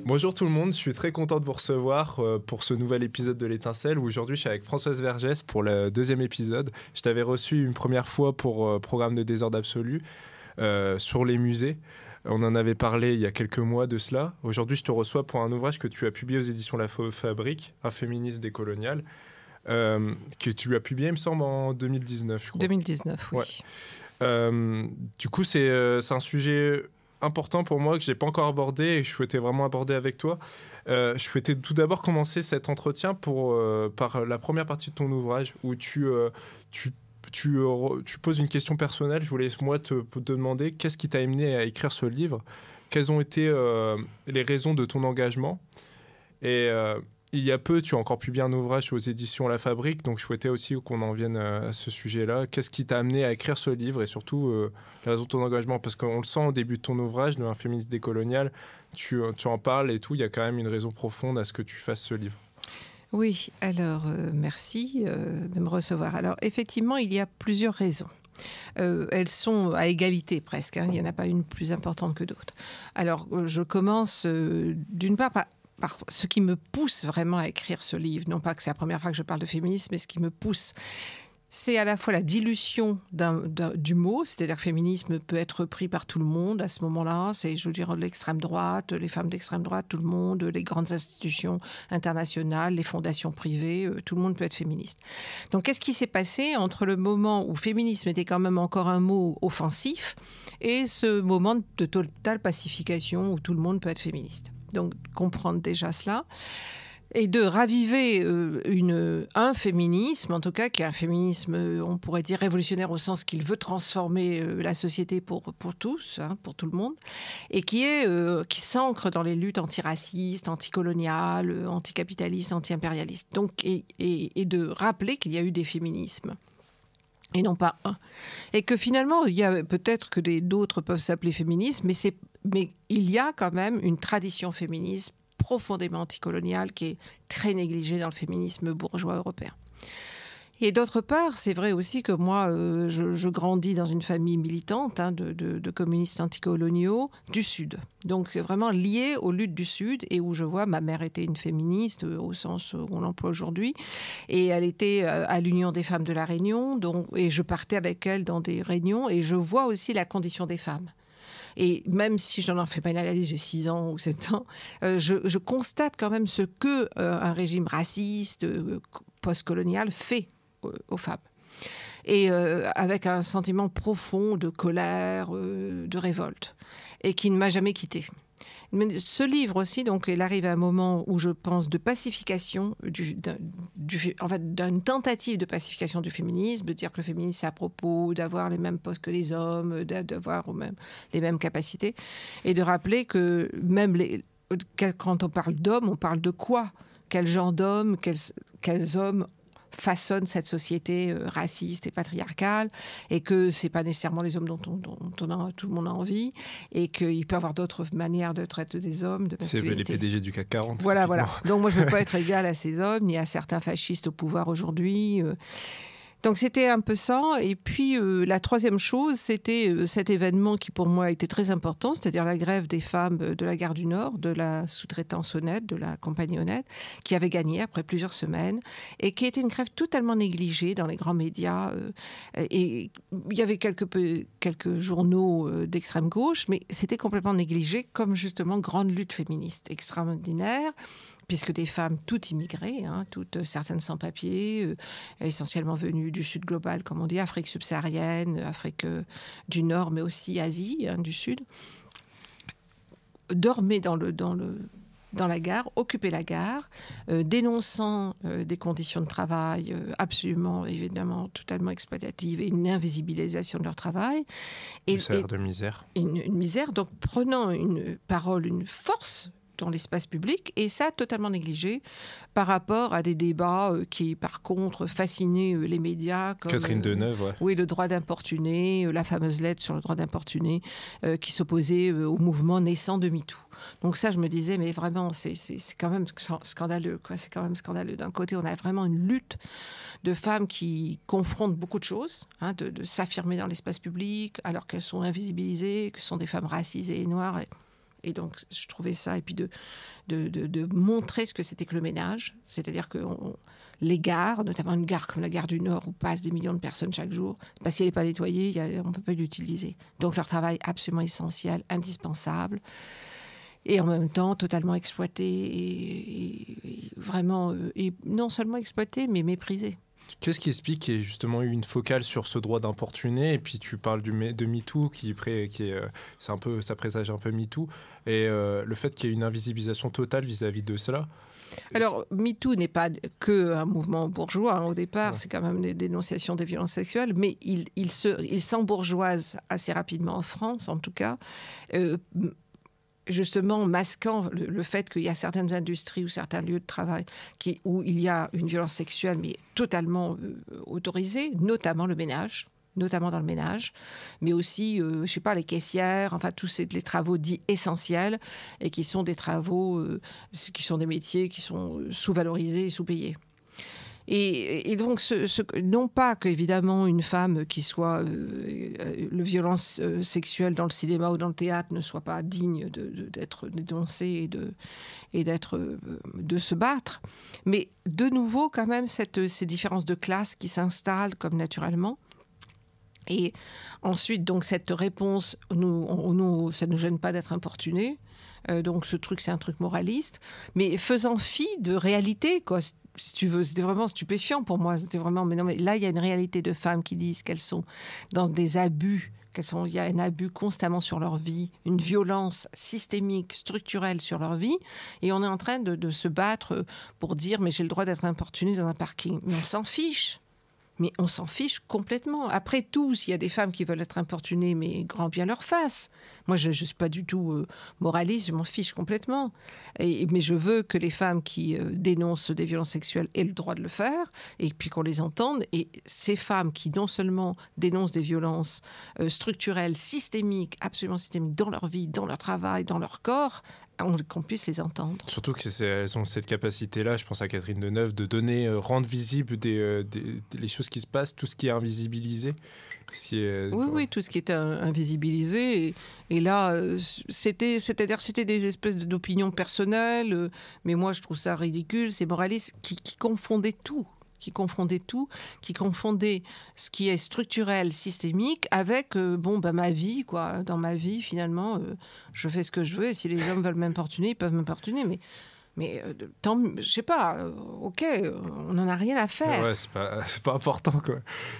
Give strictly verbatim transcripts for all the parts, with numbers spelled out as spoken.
Bonjour tout le monde, je suis très content de vous recevoir euh, pour ce nouvel épisode de l'Étincelle où aujourd'hui je suis avec Françoise Vergès pour le deuxième épisode. Je t'avais reçu une première fois pour euh, Programme de désordre absolu euh, sur les musées. On en avait parlé il y a quelques mois de cela. Aujourd'hui je te reçois pour un ouvrage que tu as publié aux éditions La Fabrique, Un féminisme décolonial, euh, que tu as publié il me semble en deux mille dix-neuf je crois. deux mille dix-neuf, oui. Ouais. Euh, du coup c'est, euh, c'est un sujet important pour moi que je n'ai pas encore abordé et que je souhaitais vraiment aborder avec toi. Euh, je souhaitais tout d'abord commencer cet entretien pour, euh, par la première partie de ton ouvrage où tu, euh, tu, tu, euh, tu poses une question personnelle. Je voulais moi te, te demander qu'est-ce qui t'a amené à écrire ce livre, quelles ont été euh, les raisons de ton engagement. Et euh, il y a peu, tu as encore publié un ouvrage aux éditions La Fabrique, donc je souhaitais aussi qu'on en vienne à ce sujet-là. Qu'est-ce qui t'a amené à écrire ce livre et surtout euh, la raison de ton engagement? Parce qu'on le sent au début de ton ouvrage, de Un féminisme décolonial, tu, tu en parles et tout, il y a quand même une raison profonde à ce que tu fasses ce livre. Oui, alors euh, merci euh, de me recevoir. Alors effectivement, il y a plusieurs raisons. Euh, elles sont à égalité presque, hein. Il n'y en a pas une plus importante que d'autres. Alors euh, je commence euh, d'une part par... par ce qui me pousse vraiment à écrire ce livre, non pas que c'est la première fois que je parle de féminisme, mais ce qui me pousse, c'est à la fois la dilution d'un, d'un, du mot, c'est-à-dire que le féminisme peut être pris par tout le monde à ce moment-là, c'est, je veux dire, l'extrême droite, les femmes d'extrême droite, tout le monde, les grandes institutions internationales, les fondations privées, euh, tout le monde peut être féministe. Donc qu'est-ce qui s'est passé entre le moment où féminisme était quand même encore un mot offensif et ce moment de totale pacification où tout le monde peut être féministe? Donc, comprendre déjà cela. Et de raviver euh, une, un féminisme, en tout cas, qui est un féminisme, on pourrait dire, révolutionnaire au sens qu'il veut transformer euh, la société pour, pour tous, hein, pour tout le monde, et qui, est, euh, qui s'ancre dans les luttes antiracistes, anticoloniales, anticapitalistes, anti-impérialistes. Donc, et, et, et de rappeler qu'il y a eu des féminismes. Et non pas un. Et que finalement, il y a peut-être que des, d'autres peuvent s'appeler féministes, mais, c'est, mais il y a quand même une tradition féministe profondément anticoloniale qui est très négligée dans le féminisme bourgeois européen. Et d'autre part, c'est vrai aussi que moi, euh, je, je grandis dans une famille militante hein, de, de, de communistes anticoloniaux du Sud. Donc vraiment liée aux luttes du Sud et où je vois, ma mère était une féministe euh, au sens où on l'emploie aujourd'hui. Et elle était euh, à l'Union des femmes de la Réunion. Donc, et je partais avec elle dans des réunions et je vois aussi la condition des femmes. Et même si je n'en fais pas une analyse, j'ai six ans ou sept ans, euh, je, je constate quand même ce que euh, un régime raciste, euh, post-colonial fait aux, aux femmes. Et euh, avec un sentiment profond de colère, euh, de révolte, et qui ne m'a jamais quittée. Mais ce livre aussi, donc, il arrive à un moment où je pense de pacification, du, d'un, du, en fait, d'une tentative de pacification du féminisme, de dire que le féminisme c'est à propos d'avoir les mêmes postes que les hommes, d'avoir même, les mêmes capacités, et de rappeler que même les, quand on parle d'hommes, on parle de quoi? Quel genre d'hommes, quels, quels hommes façonne cette société euh, raciste et patriarcale, et que c'est pas nécessairement les hommes dont, on, dont on a, tout le monde a envie, et qu'il peut y avoir d'autres manières de traiter des hommes. De c'est les P D G du C A C quarante. Voilà, voilà. Donc moi, je ne veux pas être égale à ces hommes, ni à certains fascistes au pouvoir aujourd'hui. Euh, Donc c'était un peu ça. Et puis euh, la troisième chose, c'était euh, cet événement qui pour moi était très important, c'est-à-dire la grève des femmes de la gare du Nord, de la sous-traitance Honnête, de la compagnie Honnête, qui avait gagné après plusieurs semaines et qui était une grève totalement négligée dans les grands médias. Euh, et il y avait quelques, peu, quelques journaux euh, d'extrême gauche, mais c'était complètement négligé comme justement grande lutte féministe extraordinaire, puisque des femmes toutes immigrées, hein, toutes certaines sans papier, euh, essentiellement venues du Sud global, comme on dit, Afrique subsaharienne, Afrique euh, du Nord, mais aussi Asie hein, du Sud, dormaient dans, le, dans, le, dans la gare, occupaient la gare, euh, dénonçant euh, des conditions de travail euh, absolument, évidemment, totalement exploitatives et une invisibilisation de leur travail. Et, et de misère. Une, une misère, donc prenant une parole, une force dans l'espace public, et ça totalement négligé par rapport à des débats euh, qui, par contre, fascinaient euh, les médias. Comme, Catherine euh, Deneuve, ouais. Oui, le droit d'importuner, euh, la fameuse lettre sur le droit d'importuner euh, qui s'opposait euh, au mouvement naissant de MeToo. Donc ça, je me disais, mais vraiment, c'est, c'est, c'est quand même scandaleux, quoi. C'est quand même scandaleux. D'un côté, on a vraiment une lutte de femmes qui confrontent beaucoup de choses, hein, de, de s'affirmer dans l'espace public, alors qu'elles sont invisibilisées, que ce sont des femmes racisées et noires, et Et donc, je trouvais ça, et puis de, de, de, de montrer ce que c'était que le ménage, c'est-à-dire que on, les gares, notamment une gare comme la gare du Nord, où passent des millions de personnes chaque jour, bah, si elle n'est pas nettoyée, y a, on ne peut pas l'utiliser. Donc, leur travail absolument essentiel, indispensable, et en même temps totalement exploité, et, et, et vraiment, et non seulement exploité, mais méprisé. Qu'est-ce qui explique qu'il y ait justement eu une focale sur ce droit d'importuner, et puis tu parles du, de MeToo, qui, qui est, c'est un peu, ça présage un peu MeToo, et euh, le fait qu'il y ait une invisibilisation totale vis-à-vis de cela. Alors, MeToo n'est pas qu'un mouvement bourgeois, hein, au départ, Ouais. c'est quand même des dénonciations des violences sexuelles, mais il, il, se, il s'embourgeoise assez rapidement en France, en tout cas, euh, justement masquant le, le fait qu'il y a certaines industries ou certains lieux de travail qui, où il y a une violence sexuelle, mais totalement euh, autorisée, notamment le ménage. notamment dans le ménage, mais aussi, euh, je ne sais pas, les caissières, enfin, tous ces, les travaux dits essentiels, et qui sont des travaux, euh, qui sont des métiers qui sont sous-valorisés et sous-payés. Et, et donc, ce, ce, non pas qu'évidemment une femme qui soit euh, le violence euh, sexuelle dans le cinéma ou dans le théâtre ne soit pas digne de, de, d'être dénoncée et, de, et d'être, euh, de se battre, mais de nouveau quand même cette, ces différences de classe qui s'installent comme naturellement. Et ensuite, donc, cette réponse, nous, on, nous, ça ne nous gêne pas d'être importunés. Euh, donc, ce truc, c'est un truc moraliste. Mais faisant fi de réalité, quoi. Si tu veux, c'était vraiment stupéfiant pour moi. C'était vraiment, mais non, mais là, il y a une réalité de femmes qui disent qu'elles sont dans des abus, qu'elles sont, il y a un abus constamment sur leur vie, une violence systémique, structurelle sur leur vie. Et on est en train de, de se battre pour dire, mais j'ai le droit d'être importunée dans un parking. Mais on s'en fiche. Mais on s'en fiche complètement. Après tout, s'il y a des femmes qui veulent être importunées, mais grand bien leur face. Moi, je ne suis pas du tout euh, moraliste, je m'en fiche complètement. Et, mais je veux que les femmes qui euh, dénoncent des violences sexuelles aient le droit de le faire, et puis qu'on les entende. Et ces femmes qui non seulement dénoncent des violences euh, structurelles, systémiques, absolument systémiques, dans leur vie, dans leur travail, dans leur corps, on, qu'on puisse les entendre. Surtout qu'elles ont cette capacité-là, je pense à Catherine Deneuve, de donner, euh, rendre visible des, euh, des, les choses qui se passent, tout ce qui est invisibilisé. Qui est, oui, euh, oui, tout ce qui est invisibilisé. Et, et là, c'était, c'est-à-dire, c'était des espèces d'opinions personnelles, euh, mais moi, je trouve ça ridicule, c'est moraliste, qui, qui confondaient tout. qui confondait tout, qui confondait ce qui est structurel, systémique, avec euh, bon, bah, ma vie, quoi. Dans ma vie, finalement, euh, je fais ce que je veux, et si les hommes veulent m'importuner, ils peuvent m'importuner, mais, mais euh, tant, je sais pas, euh, ok, on n'en a rien à faire. Ouais, c'est pas, c'est pas important, quoi.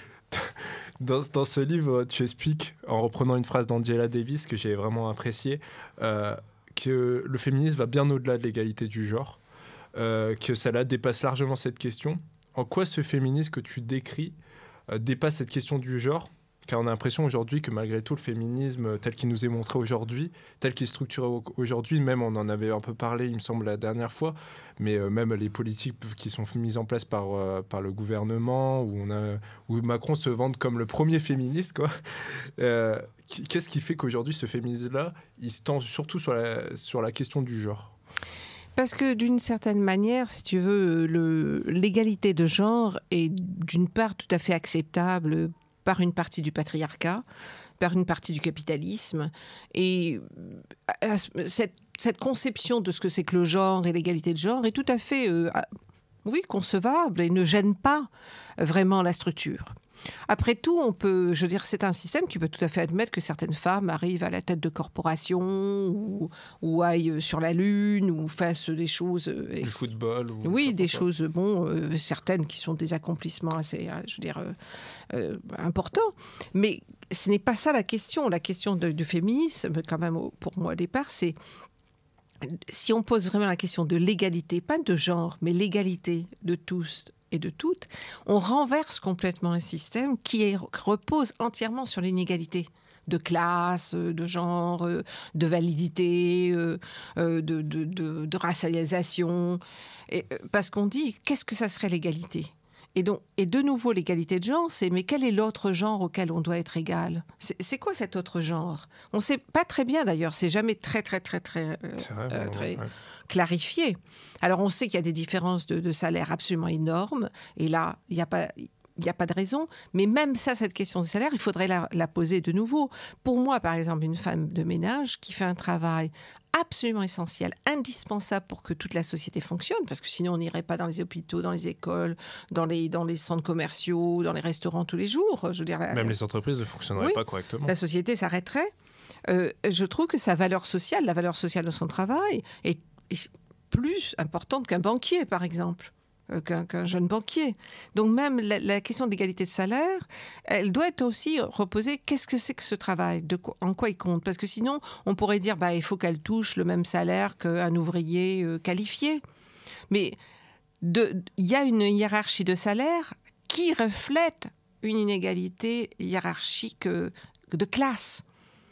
Dans, dans ce livre, tu expliques, en reprenant une phrase d'Angela Davis que j'ai vraiment appréciée, euh, que le féminisme va bien au-delà de l'égalité du genre, euh, que ça là dépasse largement cette question. En quoi ce féminisme que tu décris euh, dépasse cette question du genre ? Car on a l'impression aujourd'hui que malgré tout, le féminisme tel qu'il nous est montré aujourd'hui, tel qu'il est structuré aujourd'hui, même on en avait un peu parlé, il me semble, la dernière fois, mais euh, même les politiques qui sont mises en place par, euh, par le gouvernement, où, on a, où Macron se vante comme le premier féministe, quoi. Euh, qu'est-ce qui fait qu'aujourd'hui, ce féminisme-là, il se tend surtout sur la, sur la question du genre ? Parce que d'une certaine manière, si tu veux, le, l'égalité de genre est d'une part tout à fait acceptable par une partie du patriarcat, par une partie du capitalisme. Et cette, cette conception de ce que c'est que le genre et l'égalité de genre est tout à fait, euh, oui, concevable et ne gêne pas vraiment la structure. Après tout, on peut, je veux dire, c'est un système qui peut tout à fait admettre que certaines femmes arrivent à la tête de corporations ou, ou aillent sur la Lune ou fassent des choses... Du football ou Oui, des choses, bon, euh, certaines qui sont des accomplissements assez, je veux dire, euh, euh, importants. Mais ce n'est pas ça la question. La question de, du féminisme, quand même, pour moi, au départ, c'est... Si on pose vraiment la question de l'égalité, pas de genre, mais l'égalité de tous et de toutes, on renverse complètement un système qui est, repose entièrement sur l'inégalité de classe, de genre, de validité, de, de, de, de racialisation. Et, parce qu'on dit, qu'est-ce que ça serait l'égalité ? Et, donc, et de nouveau, l'égalité de genre, c'est mais quel est l'autre genre auquel on doit être égal ? c'est, c'est quoi cet autre genre ? On ne sait pas très bien d'ailleurs, c'est jamais très, très, très, très, euh, vrai, euh, très ouais. clarifié. Alors on sait qu'il y a des différences de, de salaire absolument énormes, et là, il n'y a pas... il n'y a pas de raison. Mais même ça, cette question des salaires, il faudrait la, la poser de nouveau. Pour moi, par exemple, une femme de ménage qui fait un travail absolument essentiel, indispensable pour que toute la société fonctionne, parce que sinon on n'irait pas dans les hôpitaux, dans les écoles, dans les, dans les centres commerciaux, dans les restaurants tous les jours. Je veux dire, la, Même les entreprises ne fonctionneraient oui, pas correctement. La société s'arrêterait. Euh, je trouve que sa valeur sociale, la valeur sociale de son travail, est, est plus importante qu'un banquier, par exemple. Qu'un, qu'un jeune banquier. Donc même la, la question d'égalité de salaire, elle doit être aussi reposée. Qu'est-ce que c'est que ce travail, de quoi, en quoi il compte? Parce que sinon, on pourrait dire bah, il faut qu'elle touche le même salaire qu'un ouvrier euh, qualifié. Mais il y a une hiérarchie de salaire qui reflète une inégalité hiérarchique euh, de classe.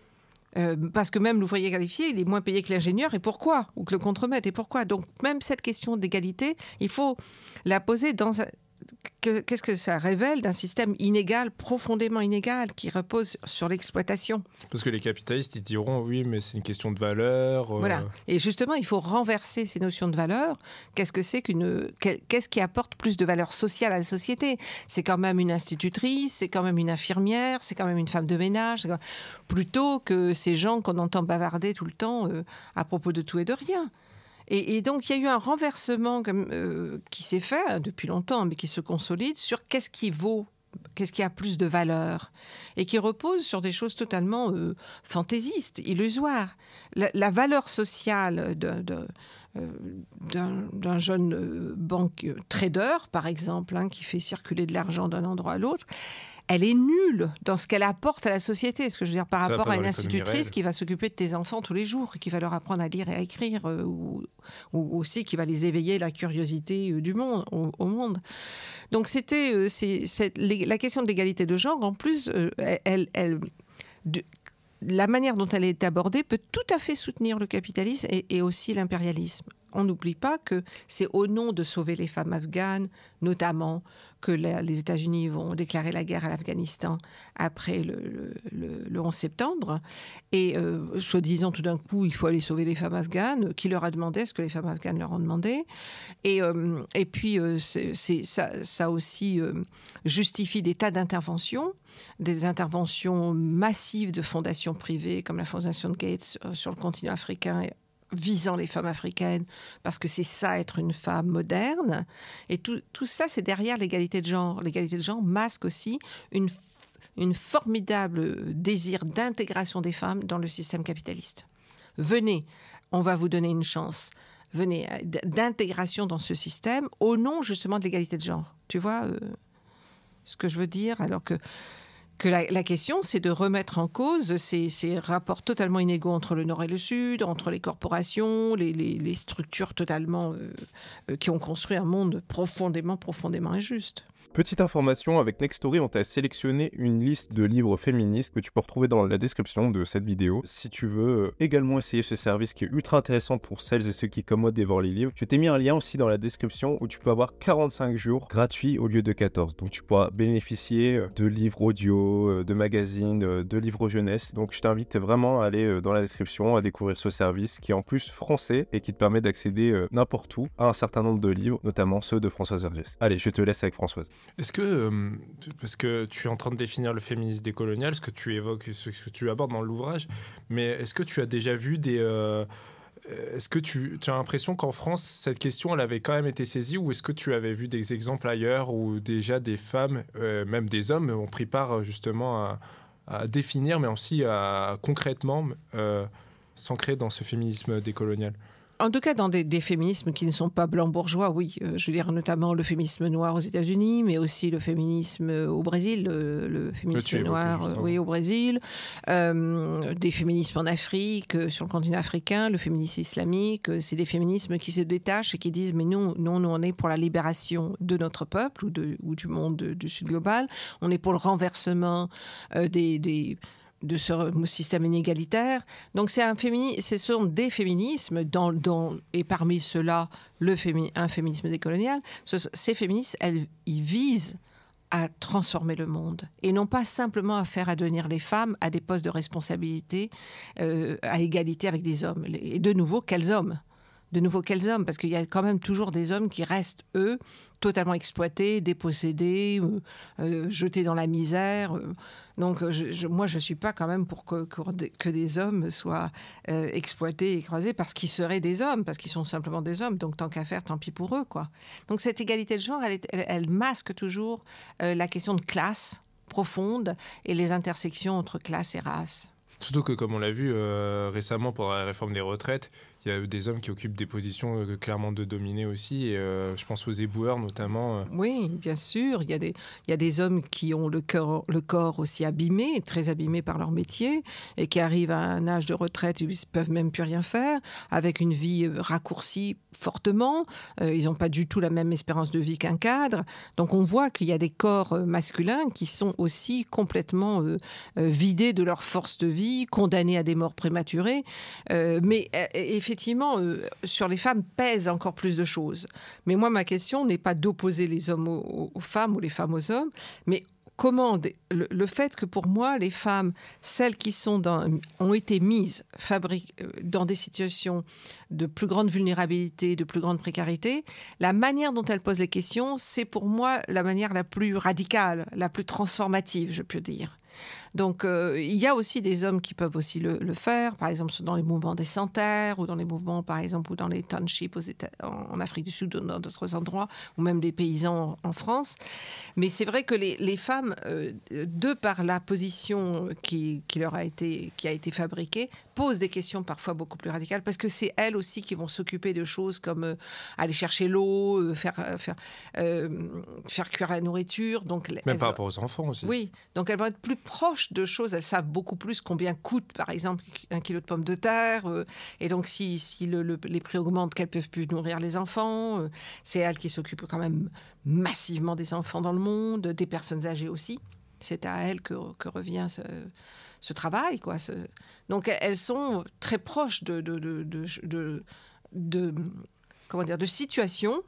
Euh, parce que même l'ouvrier qualifié, il est moins payé que l'ingénieur, et pourquoi? Ou que le contremaître, et pourquoi? Donc même cette question d'égalité, il faut la poser dans un... Qu'est-ce que ça révèle d'un système inégal, profondément inégal, qui repose sur l'exploitation? Parce que les capitalistes, ils diront, oui, mais c'est une question de valeur. Euh... Voilà. Et justement, il faut renverser ces notions de valeur. Qu'est-ce que c'est qu'une... Qu'est-ce qui apporte plus de valeur sociale à la société? C'est quand même une institutrice, c'est quand même une infirmière, c'est quand même une femme de ménage, même... plutôt que ces gens qu'on entend bavarder tout le temps euh, à propos de tout et de rien. Et, et donc, il y a eu un renversement comme, euh, qui s'est fait hein, depuis longtemps, mais qui se consolide sur qu'est-ce qui vaut, qu'est-ce qui a plus de valeur, et qui repose sur des choses totalement euh, fantaisistes, illusoires. La, la valeur sociale de, de, euh, d'un, d'un jeune euh, banque euh, trader, par exemple, hein, qui fait circuler de l'argent d'un endroit à l'autre, elle est nulle dans ce qu'elle apporte à la société. Ce que je veux dire par ça rapport à une institutrice réelle. Qui va s'occuper de tes enfants tous les jours, qui va leur apprendre à lire et à écrire, euh, ou, ou aussi qui va les éveiller la curiosité du monde, au, au monde. Donc c'était euh, c'est, c'est, les, la question de l'égalité de genre. En plus, euh, elle, elle, de, la manière dont elle est abordée peut tout à fait soutenir le capitalisme et, et aussi l'impérialisme. On n'oublie pas que c'est au nom de sauver les femmes afghanes, notamment, que la, les États-Unis vont déclarer la guerre à l'Afghanistan après le, le, le, le onze septembre. Et euh, soi-disant, tout d'un coup, il faut aller sauver les femmes afghanes. Qui leur a demandé? Est-ce que les femmes afghanes leur ont demandé? Et, euh, et puis, euh, c'est, c'est, ça, ça aussi euh, justifie des tas d'interventions, des interventions massives de fondations privées, comme la fondation de Gates euh, sur le continent africain, visant les femmes africaines, parce que c'est ça, être une femme moderne. Et tout, tout ça, c'est derrière l'égalité de genre. L'égalité de genre masque aussi une, une formidable désir d'intégration des femmes dans le système capitaliste. Venez, on va vous donner une chance. Venez, d'intégration dans ce système, au nom justement de l'égalité de genre. Tu vois euh, ce que je veux dire? Alors que que la, la question, c'est de remettre en cause ces, ces rapports totalement inégaux entre le Nord et le Sud, entre les corporations, les, les, les structures totalement euh, euh, qui ont construit un monde profondément, profondément injuste. Petite information, avec Nextory, on t'a sélectionné une liste de livres féministes que tu peux retrouver dans la description de cette vidéo. Si tu veux également essayer ce service qui est ultra intéressant pour celles et ceux qui, comme moi, dévorent les livres, je t'ai mis un lien aussi dans la description où tu peux avoir quarante-cinq jours gratuits au lieu de quatorze. Donc tu pourras bénéficier de livres audio, de magazines, de livres jeunesse. Donc je t'invite vraiment à aller dans la description, à découvrir ce service qui est en plus français et qui te permet d'accéder n'importe où à un certain nombre de livres, notamment ceux de Françoise Vergès. Allez, je te laisse avec Françoise. Est-ce que, euh, parce que tu es en train de définir le féminisme décolonial, ce que tu évoques, ce que tu abordes dans l'ouvrage, mais est-ce que tu as déjà vu des... Euh, est-ce que tu, tu as l'impression qu'en France, cette question, elle avait quand même été saisie, ou est-ce que tu avais vu des exemples ailleurs où déjà des femmes, euh, même des hommes, ont pris part justement à, à définir, mais aussi à concrètement euh, s'ancrer dans ce féminisme décolonial? En tout cas, dans des, des féminismes qui ne sont pas blancs bourgeois, oui. Euh, je veux dire notamment le féminisme noir aux États-Unis, mais aussi le féminisme au Brésil, le, le féminisme le noir euh, oui, au Brésil, euh, des féminismes en Afrique, euh, sur le continent africain, le féminisme islamique. Euh, c'est des féminismes qui se détachent et qui disent mais non, non, nous on est pour la libération de notre peuple ou, de, ou du monde de, du Sud global. On est pour le renversement euh, des... des de ce système inégalitaire. Donc c'est un fémini- ce sont des féminismes, dans, dans, et parmi ceux-là, le fémi- un féminisme décolonial. Ce, ces féministes, elles, ils visent à transformer le monde, et non pas simplement à faire advenir les femmes à des postes de responsabilité, euh, à égalité avec des hommes. Et de nouveau, quels hommes ? De nouveau, quels hommes? Parce qu'il y a quand même toujours des hommes qui restent, eux, totalement exploités, dépossédés, euh, euh, jetés dans la misère. Euh. Donc, je, je, moi, je ne suis pas quand même pour que, que, que des hommes soient euh, exploités et écrasés parce qu'ils seraient des hommes, parce qu'ils sont simplement des hommes. Donc, tant qu'à faire, tant pis pour eux, quoi. Donc, cette égalité de genre, elle, est, elle, elle masque toujours euh, la question de classe profonde et les intersections entre classe et race. Surtout que, comme on l'a vu euh, récemment pour la réforme des retraites, il y a des hommes qui occupent des positions euh, clairement de dominés aussi. Et, euh, je pense aux éboueurs notamment. Euh. Oui, bien sûr. Il y a des, il y a des hommes qui ont le, cœur, le corps aussi abîmé, très abîmé par leur métier, et qui arrivent à un âge de retraite où ils ne peuvent même plus rien faire, avec une vie raccourcie fortement. Euh, ils n'ont pas du tout la même espérance de vie qu'un cadre. Donc on voit qu'il y a des corps masculins qui sont aussi complètement euh, euh, vidés de leur force de vie, condamnés à des morts prématurées. Euh, mais euh, effectivement, euh, sur les femmes pèsent encore plus de choses. Mais moi, ma question n'est pas d'opposer les hommes aux, aux femmes ou les femmes aux hommes, mais comment le, le fait que pour moi, les femmes, celles qui sont dans, ont été mises fabrique, dans des situations de plus grande vulnérabilité, de plus grande précarité, la manière dont elles posent les questions, c'est pour moi la manière la plus radicale, la plus transformative, je peux dire. Donc, euh, il y a aussi des hommes qui peuvent aussi le, le faire, par exemple dans les mouvements des sans-terre ou dans les mouvements, par exemple, ou dans les townships aux États, en, en Afrique du Sud ou dans d'autres endroits, ou même des paysans en, en France. Mais c'est vrai que les, les femmes, euh, de par la position qui, qui leur a été, qui a été fabriquée, posent des questions parfois beaucoup plus radicales, parce que c'est elles aussi qui vont s'occuper de choses comme euh, aller chercher l'eau, euh, faire, euh, faire, euh, faire cuire la nourriture. Donc, même elles, par rapport aux enfants aussi. Oui, donc elles vont être plus proches de choses, elles savent beaucoup plus combien coûte, par exemple, un kilo de pommes de terre. Euh, et donc, si, si le, le, les prix augmentent, qu'elles ne peuvent plus nourrir les enfants, euh, c'est elles qui s'occupent quand même massivement des enfants dans le monde, des personnes âgées aussi. C'est à elles que, que revient ce, ce travail, quoi. Ce... Donc, elles sont très proches de, de, de, de, de, de, comment dire, de situations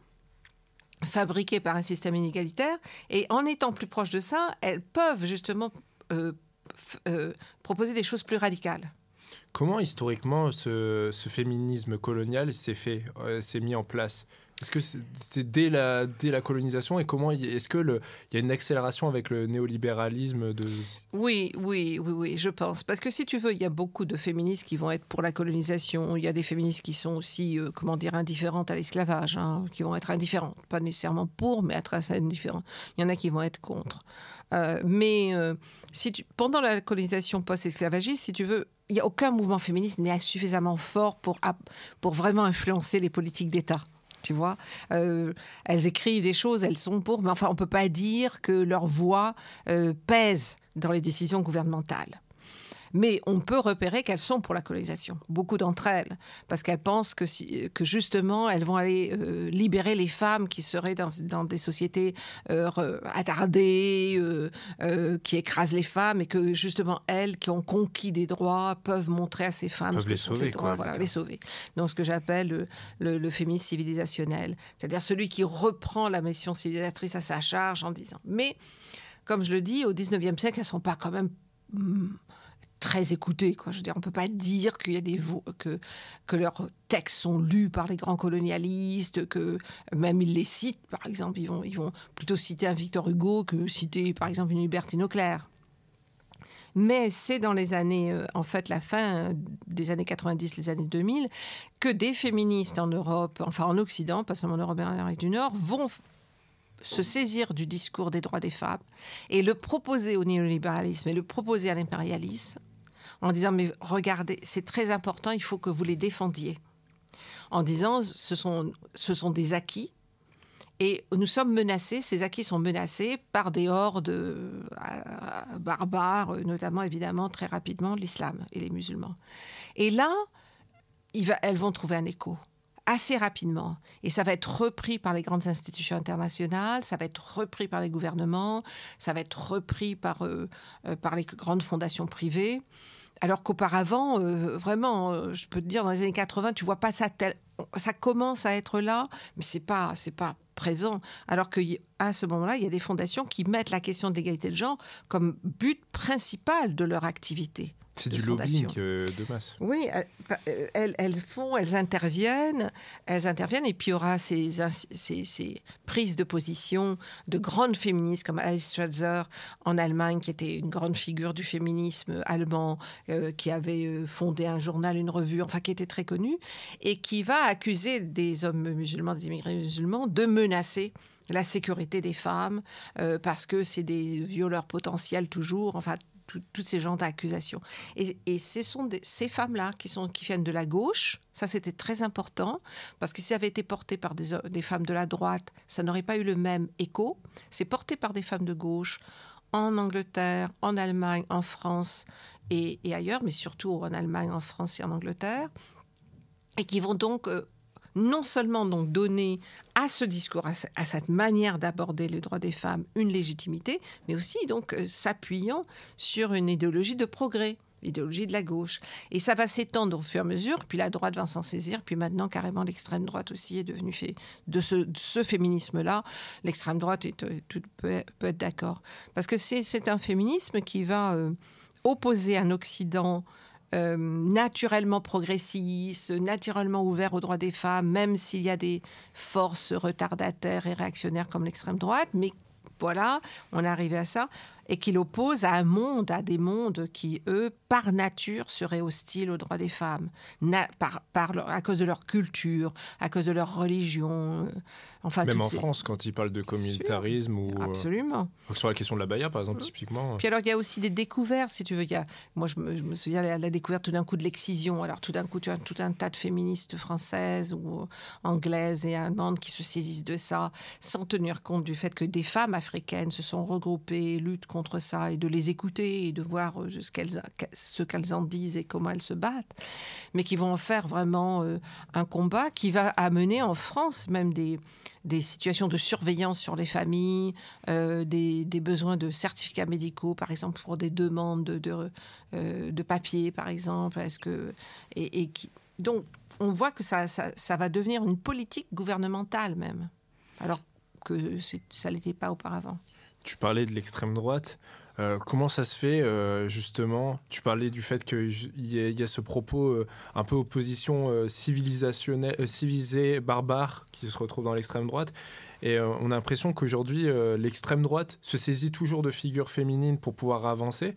fabriquées par un système inégalitaire. Et en étant plus proches de ça, elles peuvent justement euh, f- euh, proposer des choses plus radicales. Comment historiquement ce, ce féminisme colonial s'est fait, euh, s'est mis en place? Est-ce que c'est, c'est dès, la, dès la colonisation, et comment est-ce que le, il y a une accélération avec le néolibéralisme de... Oui, oui, oui, oui, je pense. Parce que si tu veux, il y a beaucoup de féministes qui vont être pour la colonisation. Il y a des féministes qui sont aussi, euh, comment dire, indifférentes à l'esclavage, hein, qui vont être indifférentes. Pas nécessairement pour, mais être assez indifférentes. Il y en a qui vont être contre. Euh, mais euh, si tu, pendant la colonisation post-esclavagiste, si tu veux, il n'y a aucun mouvement féministe n'est suffisamment fort pour, pour vraiment influencer les politiques d'État. Tu vois, euh, elles écrivent des choses, elles sont pour, mais enfin, on ne peut pas dire que leur voix euh, pèse dans les décisions gouvernementales. Mais on peut repérer qu'elles sont pour la colonisation, beaucoup d'entre elles, parce qu'elles pensent que, si, que justement, elles vont aller euh, libérer les femmes qui seraient dans, dans des sociétés euh, attardées, euh, euh, qui écrasent les femmes, et que justement, elles, qui ont conquis des droits, peuvent montrer à ces femmes... Peuvent les sauver, quoi. Voilà, les sauver. Donc, ce que j'appelle le, le, le féminisme civilisationnel, c'est-à-dire celui qui reprend la mission civilisatrice à sa charge en disant... Mais, comme je le dis, au dix-neuvième siècle, elles ne sont pas quand même... Hum, très écoutés, quoi. Je veux dire, on ne peut pas dire qu'il y a des vo- que, que leurs textes sont lus par les grands colonialistes, que même ils les citent, par exemple. Ils vont, ils vont plutôt citer un Victor Hugo que citer, par exemple, une Hubertine Auclair. Mais c'est dans les années, euh, en fait, la fin des années quatre-vingt-dix, les années deux mille, que des féministes en Europe, enfin en Occident, pas seulement en Europe et en Amérique du Nord, vont se saisir du discours des droits des femmes et le proposer au néolibéralisme et le proposer à l'impérialisme en disant, mais regardez, c'est très important, il faut que vous les défendiez. En disant, ce sont, ce sont des acquis et nous sommes menacés, ces acquis sont menacés par des hordes euh, barbares, notamment évidemment très rapidement l'islam et les musulmans. Et là, il va, elles vont trouver un écho assez rapidement. Et ça va être repris par les grandes institutions internationales, ça va être repris par les gouvernements, ça va être repris par, euh, euh, par les grandes fondations privées. Alors qu'auparavant, euh, vraiment, euh, je peux te dire, dans les années quatre-vingts, tu vois pas ça tel... Ça commence à être là, mais c'est pas, c'est pas présent. Alors qu'à ce moment-là, il y a des fondations qui mettent la question de l'égalité de genre comme but principal de leur activité. C'est de du fondation. lobbying euh, de masse. Oui, elles, elles, elles font, elles interviennent, elles interviennent, et puis il y aura ces, ces, ces prises de position de grandes féministes comme Alice Schwarzer en Allemagne, qui était une grande figure du féminisme allemand, euh, qui avait euh, fondé un journal, une revue, enfin qui était très connue, et qui va accuser des hommes musulmans, des immigrés musulmans, de menacer la sécurité des femmes, euh, parce que c'est des violeurs potentiels toujours, enfin tous ces genres d'accusations. Et, et ce sont des, ces femmes-là qui, sont, qui viennent de la gauche. Ça, c'était très important, parce que si ça avait été porté par des, des femmes de la droite, ça n'aurait pas eu le même écho. C'est porté par des femmes de gauche en Angleterre, en Allemagne, en France et, et ailleurs, mais surtout en Allemagne, en France et en Angleterre, et qui vont donc... Euh, non seulement donc donner à ce discours, à, à cette manière d'aborder les droits des femmes, une légitimité, mais aussi donc euh, s'appuyant sur une idéologie de progrès, l'idéologie de la gauche. Et ça va s'étendre au fur et à mesure, puis la droite va s'en saisir, puis maintenant carrément l'extrême droite aussi est devenue fait de ce, de ce féminisme-là. L'extrême droite est, tout, peut, peut être d'accord. Parce que c'est, c'est un féminisme qui va euh, opposer un Occident Euh, naturellement progressiste, naturellement ouvert aux droits des femmes, même s'il y a des forces retardataires et réactionnaires comme l'extrême droite, mais voilà, on est arrivé à ça, et qu'il oppose à un monde, à des mondes qui, eux, par nature, seraient hostiles aux droits des femmes, Na- par, par leur, à cause de leur culture, à cause de leur religion. Euh, enfin, Même en ces... France, quand ils parlent de communautarisme ou Absolument. Euh, sur la question de la baya, par exemple, mmh. typiquement. Puis alors, il y a aussi des découvertes, si tu veux. Il y a, moi, je me, je me souviens de la, la découverte tout d'un coup de l'excision. Alors, tout d'un coup, tu as tout un tas de féministes françaises ou anglaises et allemandes qui se saisissent de ça, sans tenir compte du fait que des femmes africaines se sont regroupées, luttent contre ça, et de les écouter et de voir ce qu'elles, ce qu'elles en disent et comment elles se battent, mais qui vont en faire vraiment euh, un combat qui va amener en France même des, des situations de surveillance sur les familles, euh, des, des besoins de certificats médicaux, par exemple, pour des demandes de, de, euh, de papier, par exemple. Est-ce que, et, et qui, donc, on voit que ça, ça, ça va devenir une politique gouvernementale même, alors que c'est, ça ne l'était pas auparavant. Tu parlais de l'extrême droite. Euh, comment ça se fait, euh, justement ? Tu parlais du fait qu'il y, y a ce propos euh, un peu opposition euh, civilisationnelle, euh, civilisée, barbare, qui se retrouve dans l'extrême droite. Et euh, on a l'impression qu'aujourd'hui, euh, l'extrême droite se saisit toujours de figures féminines pour pouvoir avancer.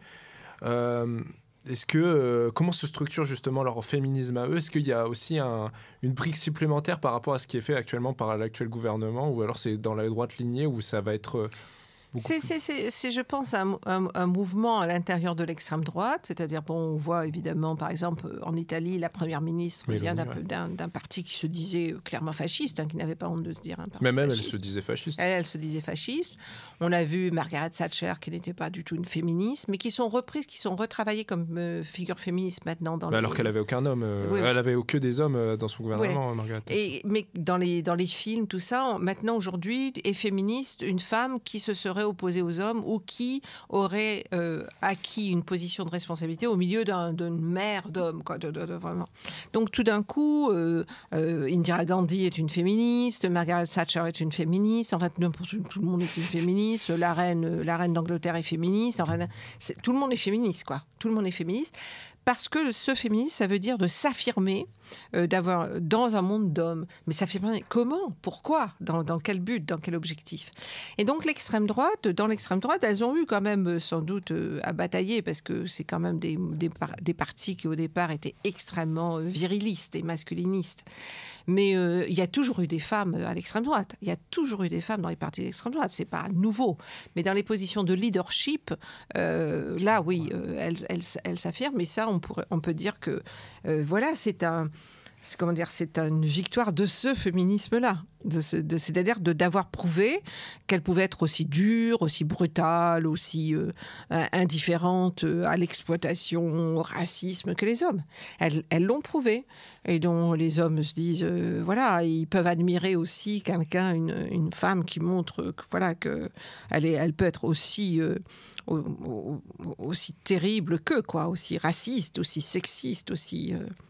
Euh, est-ce que, euh, comment se structure justement leur féminisme à eux ? Est-ce qu'il y a aussi un, une brique supplémentaire par rapport à ce qui est fait actuellement par l'actuel gouvernement ? Ou alors c'est dans la droite lignée où ça va être... Euh, C'est, c'est, c'est, c'est, je pense, un, un, un mouvement à l'intérieur de l'extrême droite. C'est-à-dire, bon, on voit évidemment, par exemple, en Italie, la première ministre Mélanie, vient d'un, ouais. d'un, d'un parti qui se disait clairement fasciste, hein, qui n'avait pas honte de se dire un parti Mais même fasciste. elle se disait fasciste. Elle, elle se disait fasciste. On a vu Margaret Thatcher, qui n'était pas du tout une féministe, mais qui sont reprises, qui sont retravaillées comme euh, figure féministe maintenant. Dans mais les... Alors qu'elle avait aucun homme. Euh, oui, oui. Elle avait que des hommes euh, dans son gouvernement, oui. Margaret Thatcher. Et, mais dans les, dans les films, tout ça, on, maintenant, aujourd'hui, est féministe une femme qui se serait opposée aux hommes ou qui aurait euh, acquis une position de responsabilité au milieu d'un, d'une mer d'hommes, quoi, de, de, de, vraiment. Donc tout d'un coup, euh, euh, Indira Gandhi est une féministe, Margaret Thatcher est une féministe, en fait tout, tout le monde est une féministe, la reine, la reine d'Angleterre est féministe, enfin, c'est, tout le monde est féministe, quoi. Tout le monde est féministe. Parce que ce féminisme, ça veut dire de s'affirmer, euh, d'avoir dans un monde d'hommes. Mais s'affirmer comment ? Pourquoi ? Dans, dans quel but ? Dans quel objectif ? Et donc l'extrême droite, dans l'extrême droite, elles ont eu quand même sans doute euh, à batailler, parce que c'est quand même des, des, des partis qui au départ étaient extrêmement virilistes et masculinistes. Mais euh, il y a toujours eu des femmes à l'extrême droite. Il y a toujours eu des femmes dans les partis de l'extrême droite. C'est pas nouveau. Mais dans les positions de leadership, euh, là, oui, euh, elles, elles, elles s'affirment. Mais ça, on, pourrait, on peut dire que, euh, voilà, c'est un... C'est, comment dire, c'est une victoire de ce féminisme-là, de ce, de, c'est-à-dire de, d'avoir prouvé qu'elle pouvait être aussi dure, aussi brutale, aussi euh, indifférente à l'exploitation, au racisme que les hommes. Elles, elles l'ont prouvé. Et dont les hommes se disent, euh, voilà, ils peuvent admirer aussi quelqu'un, une, une femme qui montre que, voilà, que elle, est, elle peut être aussi... Euh, aussi terrible qu'eux, quoi, aussi raciste, aussi sexiste, aussi... Euh,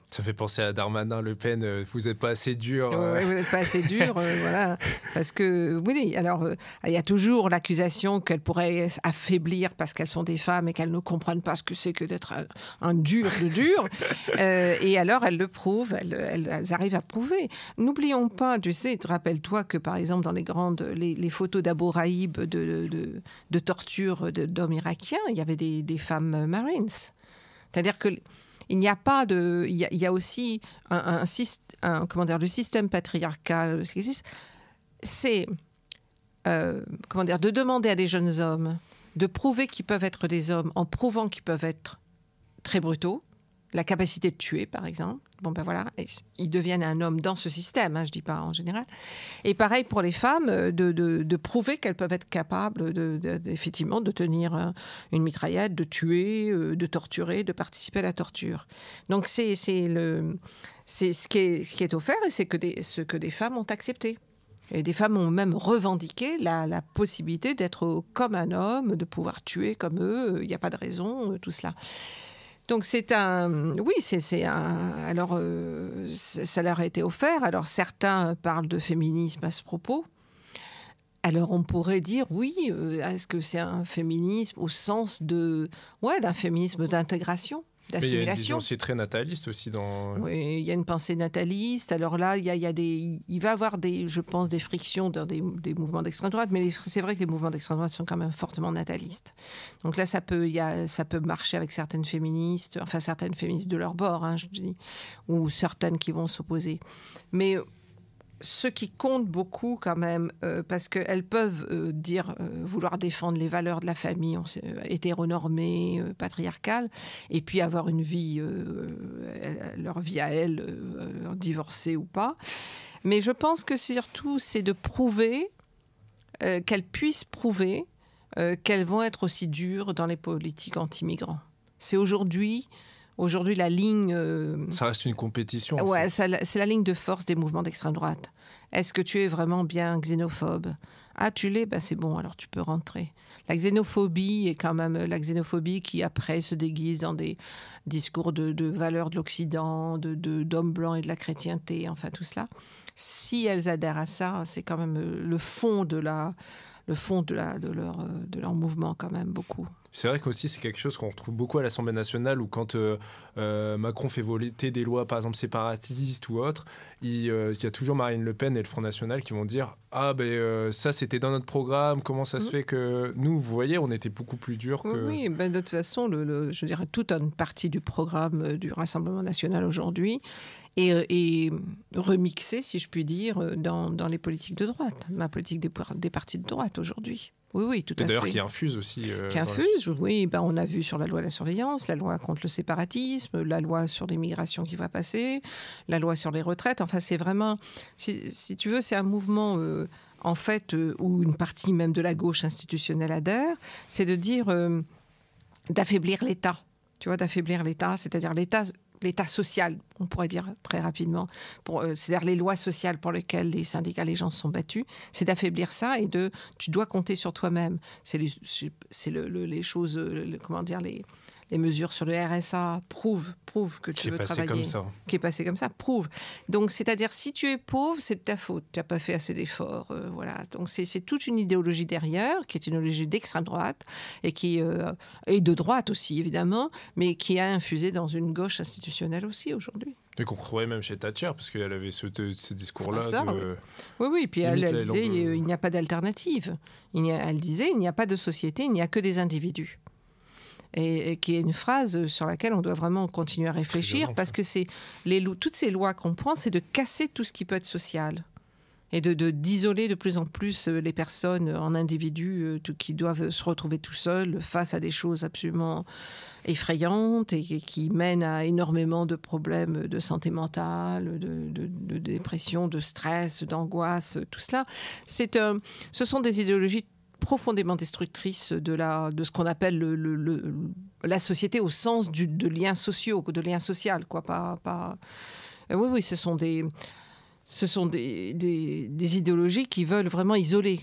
Ça fait penser à Darmanin, Le Pen, euh, vous n'êtes pas assez dur. Euh... Ouais, vous n'êtes pas assez dur, euh, voilà. Parce que, oui, alors, euh, il y a toujours l'accusation qu'elles pourraient affaiblir parce qu'elles sont des femmes et qu'elles ne comprennent pas ce que c'est que d'être un, un dur de dur. euh, et alors, elles le prouvent, elles, elles, elles arrivent à prouver. N'oublions pas, tu sais, rappelle-toi que, par exemple, dans les grandes, les, les photos d'Abu Ghraib de, de, de, de torture de, d'hommes irakiens, il y avait des, des femmes Marines. C'est-à-dire que il n'y a pas de, il y a, il y a aussi un, un, un, un comment dire, le système patriarcal, ce qui existe, c'est euh, comment dire, de demander à des jeunes hommes de prouver qu'ils peuvent être des hommes en prouvant qu'ils peuvent être très brutaux, la capacité de tuer par exemple. Bon ben voilà, et ils deviennent un homme dans ce système, hein, je dis pas en général. Et pareil pour les femmes, de, de, de prouver qu'elles peuvent être capables, de, de, de, effectivement, de tenir une mitraillette, de tuer, de torturer, de participer à la torture. Donc c'est, c'est, le, c'est ce, qui est, ce qui est offert et c'est que des, ce que des femmes ont accepté. Et des femmes ont même revendiqué la, la possibilité d'être comme un homme, de pouvoir tuer comme eux. Il n'y a pas de raison, tout cela. Donc c'est un, oui, c'est, c'est un. Alors euh, ça leur a été offert. Alors certains parlent de féminisme à ce propos. Alors on pourrait dire oui, euh, est-ce que c'est un féminisme au sens de, ouais, d'un féminisme d'intégration, d'assimilation. Mais il y a une vision aussi très nataliste aussi dans. Oui, il y a une pensée nataliste. Alors là, il y a, il y a des, il va y avoir des, je pense, des frictions dans des, des mouvements d'extrême droite, mais les, c'est vrai que les mouvements d'extrême droite sont quand même fortement natalistes. Donc là, ça peut, il y a, ça peut marcher avec certaines féministes, enfin certaines féministes de leur bord, hein, je dis, ou certaines qui vont s'opposer. Mais ce qui compte beaucoup quand même, euh, parce qu'elles peuvent euh, dire euh, vouloir défendre les valeurs de la famille on sait, euh, hétéronormée, euh, patriarcale, et puis avoir une vie, euh, euh, leur vie à elles, euh, divorcée ou pas. Mais je pense que surtout, c'est de prouver, euh, qu'elles puissent prouver euh, qu'elles vont être aussi dures dans les politiques anti-migrants. C'est aujourd'hui... Aujourd'hui, la ligne... Euh... Ça reste une compétition. Ouais, ça, c'est la ligne de force des mouvements d'extrême droite. Est-ce que tu es vraiment bien xénophobe ? Ah, tu l'es ? Ben, c'est bon, alors tu peux rentrer. La xénophobie est quand même la xénophobie qui, après, se déguise dans des discours de, de valeurs de l'Occident, de, de, d'hommes blancs et de la chrétienté, enfin tout cela. Si elles adhèrent à ça, c'est quand même le fond de la... le fond de, la, de, leur, de leur mouvement quand même, beaucoup. C'est vrai qu'aussi c'est quelque chose qu'on retrouve beaucoup à l'Assemblée nationale où quand euh, euh, Macron fait voter des lois par exemple séparatistes ou autres, il, euh, il y a toujours Marine Le Pen et le Front National qui vont dire « Ah ben euh, ça c'était dans notre programme, comment ça mmh. se fait que nous, vous voyez, on était beaucoup plus durs que… » Oui, ben de toute façon, le, le, je dirais toute une partie du programme du Rassemblement national aujourd'hui est, est remixée, si je puis dire, dans, dans les politiques de droite, dans la politique des, des partis de droite aujourd'hui. Oui, oui, tout et à d'ailleurs, fait. qui infuse aussi. Euh, qui infuse, la... oui. Ben, on a vu sur la loi de la surveillance, la loi contre le séparatisme, la loi sur l'immigration qui va passer, la loi sur les retraites. Enfin, c'est vraiment, si, si tu veux, c'est un mouvement, euh, en fait, euh, où une partie même de la gauche institutionnelle adhère, c'est de dire, euh, d'affaiblir l'État. Tu vois, d'affaiblir l'État, c'est-à-dire l'État... l'État social, on pourrait dire très rapidement, pour, euh, c'est-à-dire les lois sociales pour lesquelles les syndicats, les gens se sont battus, c'est d'affaiblir ça et de, tu dois compter sur toi-même. C'est les, c'est le, le, les choses, le, comment dire, les, les mesures sur le R S A prouvent, prouvent que tu veux travailler. Qui est passé comme ça. Qui est passé comme ça, prouve. Donc, c'est-à-dire, si tu es pauvre, c'est de ta faute. Tu n'as pas fait assez d'efforts. Euh, voilà. Donc, c'est, c'est toute une idéologie derrière, qui est une idéologie d'extrême droite, et, qui, euh, et de droite aussi, évidemment, mais qui a infusé dans une gauche institutionnelle aussi aujourd'hui. Et qu'on retrouvait même chez Thatcher, parce qu'elle avait ce, ce discours-là. Ah, ça, de... Oui, oui, puis elle, elle disait euh... il n'y a pas d'alternative. Il n'y a, elle disait il n'y a pas de société, il n'y a que des individus. Et, et qui est une phrase sur laquelle on doit vraiment continuer à réfléchir, parce que c'est les, toutes ces lois qu'on prend, c'est de casser tout ce qui peut être social. Et de, de, d'isoler de plus en plus les personnes en individus qui doivent se retrouver tout seuls face à des choses absolument effrayantes et qui mènent à énormément de problèmes de santé mentale, de, de, de dépression, de stress, d'angoisse, tout cela. C'est, euh, ce sont des idéologies profondément destructrices de, la, de ce qu'on appelle le, le, le, la société au sens du, de liens sociaux, de liens sociaux, quoi. Pas, pas... Oui, oui, ce sont des... Ce sont des, des, des idéologies qui veulent vraiment isoler,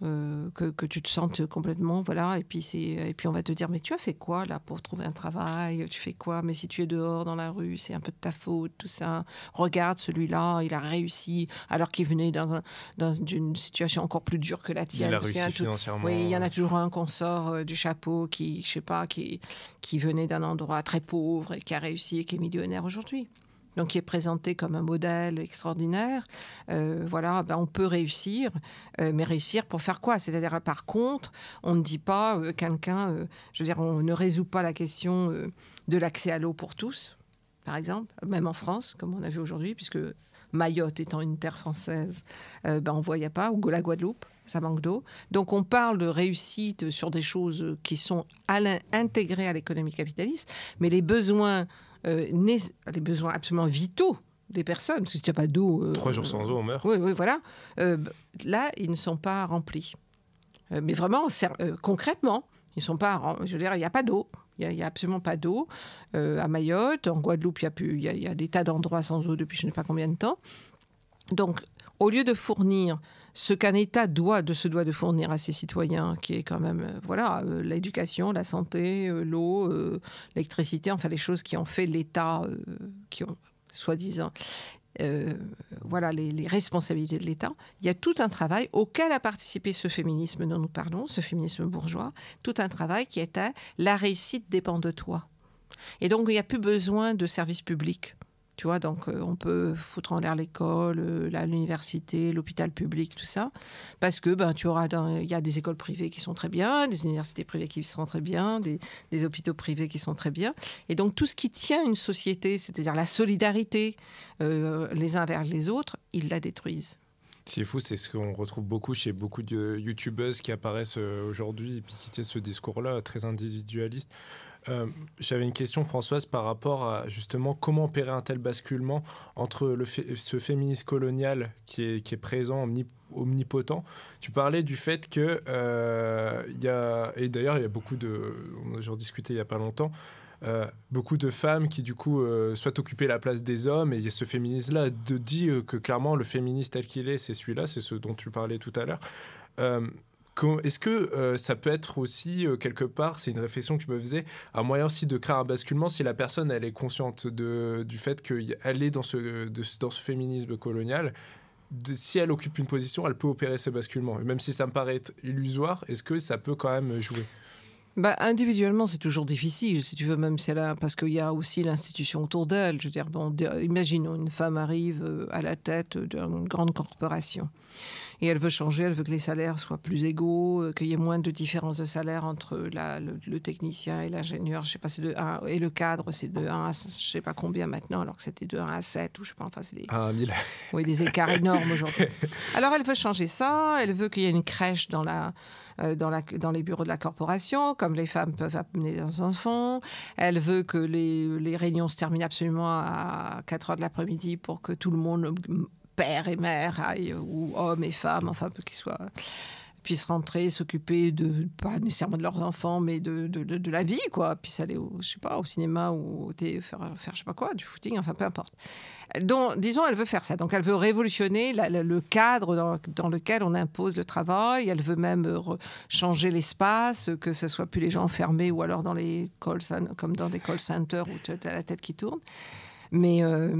Euh, que, que tu te sentes complètement, voilà, et puis, c'est, et puis on va te dire, mais tu as fait quoi là pour trouver un travail, tu fais quoi, mais si tu es dehors dans la rue, c'est un peu de ta faute, tout ça, regarde celui-là, il a réussi, alors qu'il venait dans, un, dans une situation encore plus dure que la tienne. Il a parce réussi qu'il y a financièrement. Oui, il y en a toujours un qu'on sort euh, du chapeau, qui, je sais pas, qui, qui venait d'un endroit très pauvre et qui a réussi et qui est millionnaire aujourd'hui. Donc qui est présenté comme un modèle extraordinaire. Euh, voilà, ben on peut réussir, euh, mais réussir pour faire quoi ? C'est-à-dire, par contre, on ne dit pas euh, quelqu'un, euh, je veux dire, on ne résout pas la question euh, de l'accès à l'eau pour tous, par exemple, même en France, comme on a vu aujourd'hui, puisque Mayotte étant une terre française, euh, ben on ne voyait pas, ou la Guadeloupe, ça manque d'eau. Donc on parle de réussite sur des choses qui sont à intégrées à l'économie capitaliste, mais les besoins... Euh, les besoins absolument vitaux des personnes, parce que si tu n'as pas d'eau... Euh, Trois jours sans eau, on meurt. Oui, oui, voilà. Euh, là, ils ne sont pas remplis. Euh, mais vraiment, euh, concrètement, ils ne sont pas... Je veux dire, il n'y a pas d'eau. Il n'y a, a absolument pas d'eau. Euh, à Mayotte, en Guadeloupe, il y a, plus, il y a, il y a des tas d'endroits sans eau depuis je ne sais pas combien de temps. Donc, au lieu de fournir ce qu'un État doit, de se doit de fournir à ses citoyens, qui est quand même euh, voilà, euh, l'éducation, la santé, euh, l'eau, euh, l'électricité, enfin les choses qui ont fait l'État, euh, qui ont soi-disant euh, voilà, les, les responsabilités de l'État, il y a tout un travail auquel a participé ce féminisme dont nous parlons, ce féminisme bourgeois, tout un travail qui était la réussite dépend de toi. Et donc il n'y a plus besoin de services publics. Tu vois, donc euh, on peut foutre en l'air l'école, euh, la, l'université, l'hôpital public, tout ça, parce que ben tu auras, il y a des écoles privées qui sont très bien, des universités privées qui sont très bien, des, des hôpitaux privés qui sont très bien, et donc tout ce qui tient une société, c'est-à-dire la solidarité euh, les uns vers les autres, ils la détruisent. Ce qui est fou, c'est ce qu'on retrouve beaucoup chez beaucoup de youtubeuses qui apparaissent aujourd'hui et puis qui tiennent ce discours-là très individualiste. Euh, j'avais une question, Françoise, par rapport à justement comment opérer un tel basculement entre le fait, ce féminisme colonial qui est, qui est présent, omnip, omnipotent. Tu parlais du fait que euh, y a, et d'ailleurs il y a beaucoup de, j'en discutais il n'y a pas longtemps, euh, beaucoup de femmes qui du coup euh, souhaitent occuper la place des hommes, et il y a ce féminisme-là de dit euh, que clairement le féminisme tel qu'il est, c'est celui-là, c'est ce dont tu parlais tout à l'heure. Euh, Est-ce que euh, ça peut être aussi, euh, quelque part, c'est une réflexion que je me faisais, un moyen aussi de créer un basculement si la personne, elle est consciente de, du fait qu'elle est dans ce, de, dans ce féminisme colonial, de, si elle occupe une position, elle peut opérer ce basculement. Et même si ça me paraît illusoire, est-ce que ça peut quand même jouer ? Bah, individuellement, c'est toujours difficile, si tu veux, même si elle a, parce qu'il y a aussi l'institution autour d'elle. Je veux dire, bon, imaginons une femme arrive à la tête d'une grande corporation. Et elle veut changer, elle veut que les salaires soient plus égaux, qu'il y ait moins de différence de salaire entre la, le, le technicien et l'ingénieur. Je sais pas, c'est de un, et le cadre, c'est de un à je sais pas combien maintenant, alors que c'était de un à sept, ou je sais pas, enfin, c'est des, un à mille. Oui, des écarts énormes aujourd'hui. Alors, elle veut changer ça, elle veut qu'il y ait une crèche dans la, euh, dans la, dans les bureaux de la corporation, comme les femmes peuvent amener leurs enfants. Elle veut que les, les réunions se terminent absolument à quatre heures de l'après-midi pour que tout le monde, père et mère, aille, ou hommes et femmes, enfin, qu'ils soient, puissent rentrer, s'occuper de, pas nécessairement de leurs enfants, mais de, de, de, de la vie, quoi. Puis aller au, je sais pas, au cinéma ou au thé, faire, faire je sais pas quoi, du footing, enfin, peu importe. Donc, disons, elle veut faire ça. Donc, elle veut révolutionner la, la, le cadre dans, dans lequel on impose le travail. Elle veut même re- changer l'espace, que ce soit plus les gens enfermés ou alors dans les call, comme dans des call centers où tu as la tête qui tourne. Mais euh,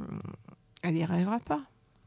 elle n'y arrivera pas.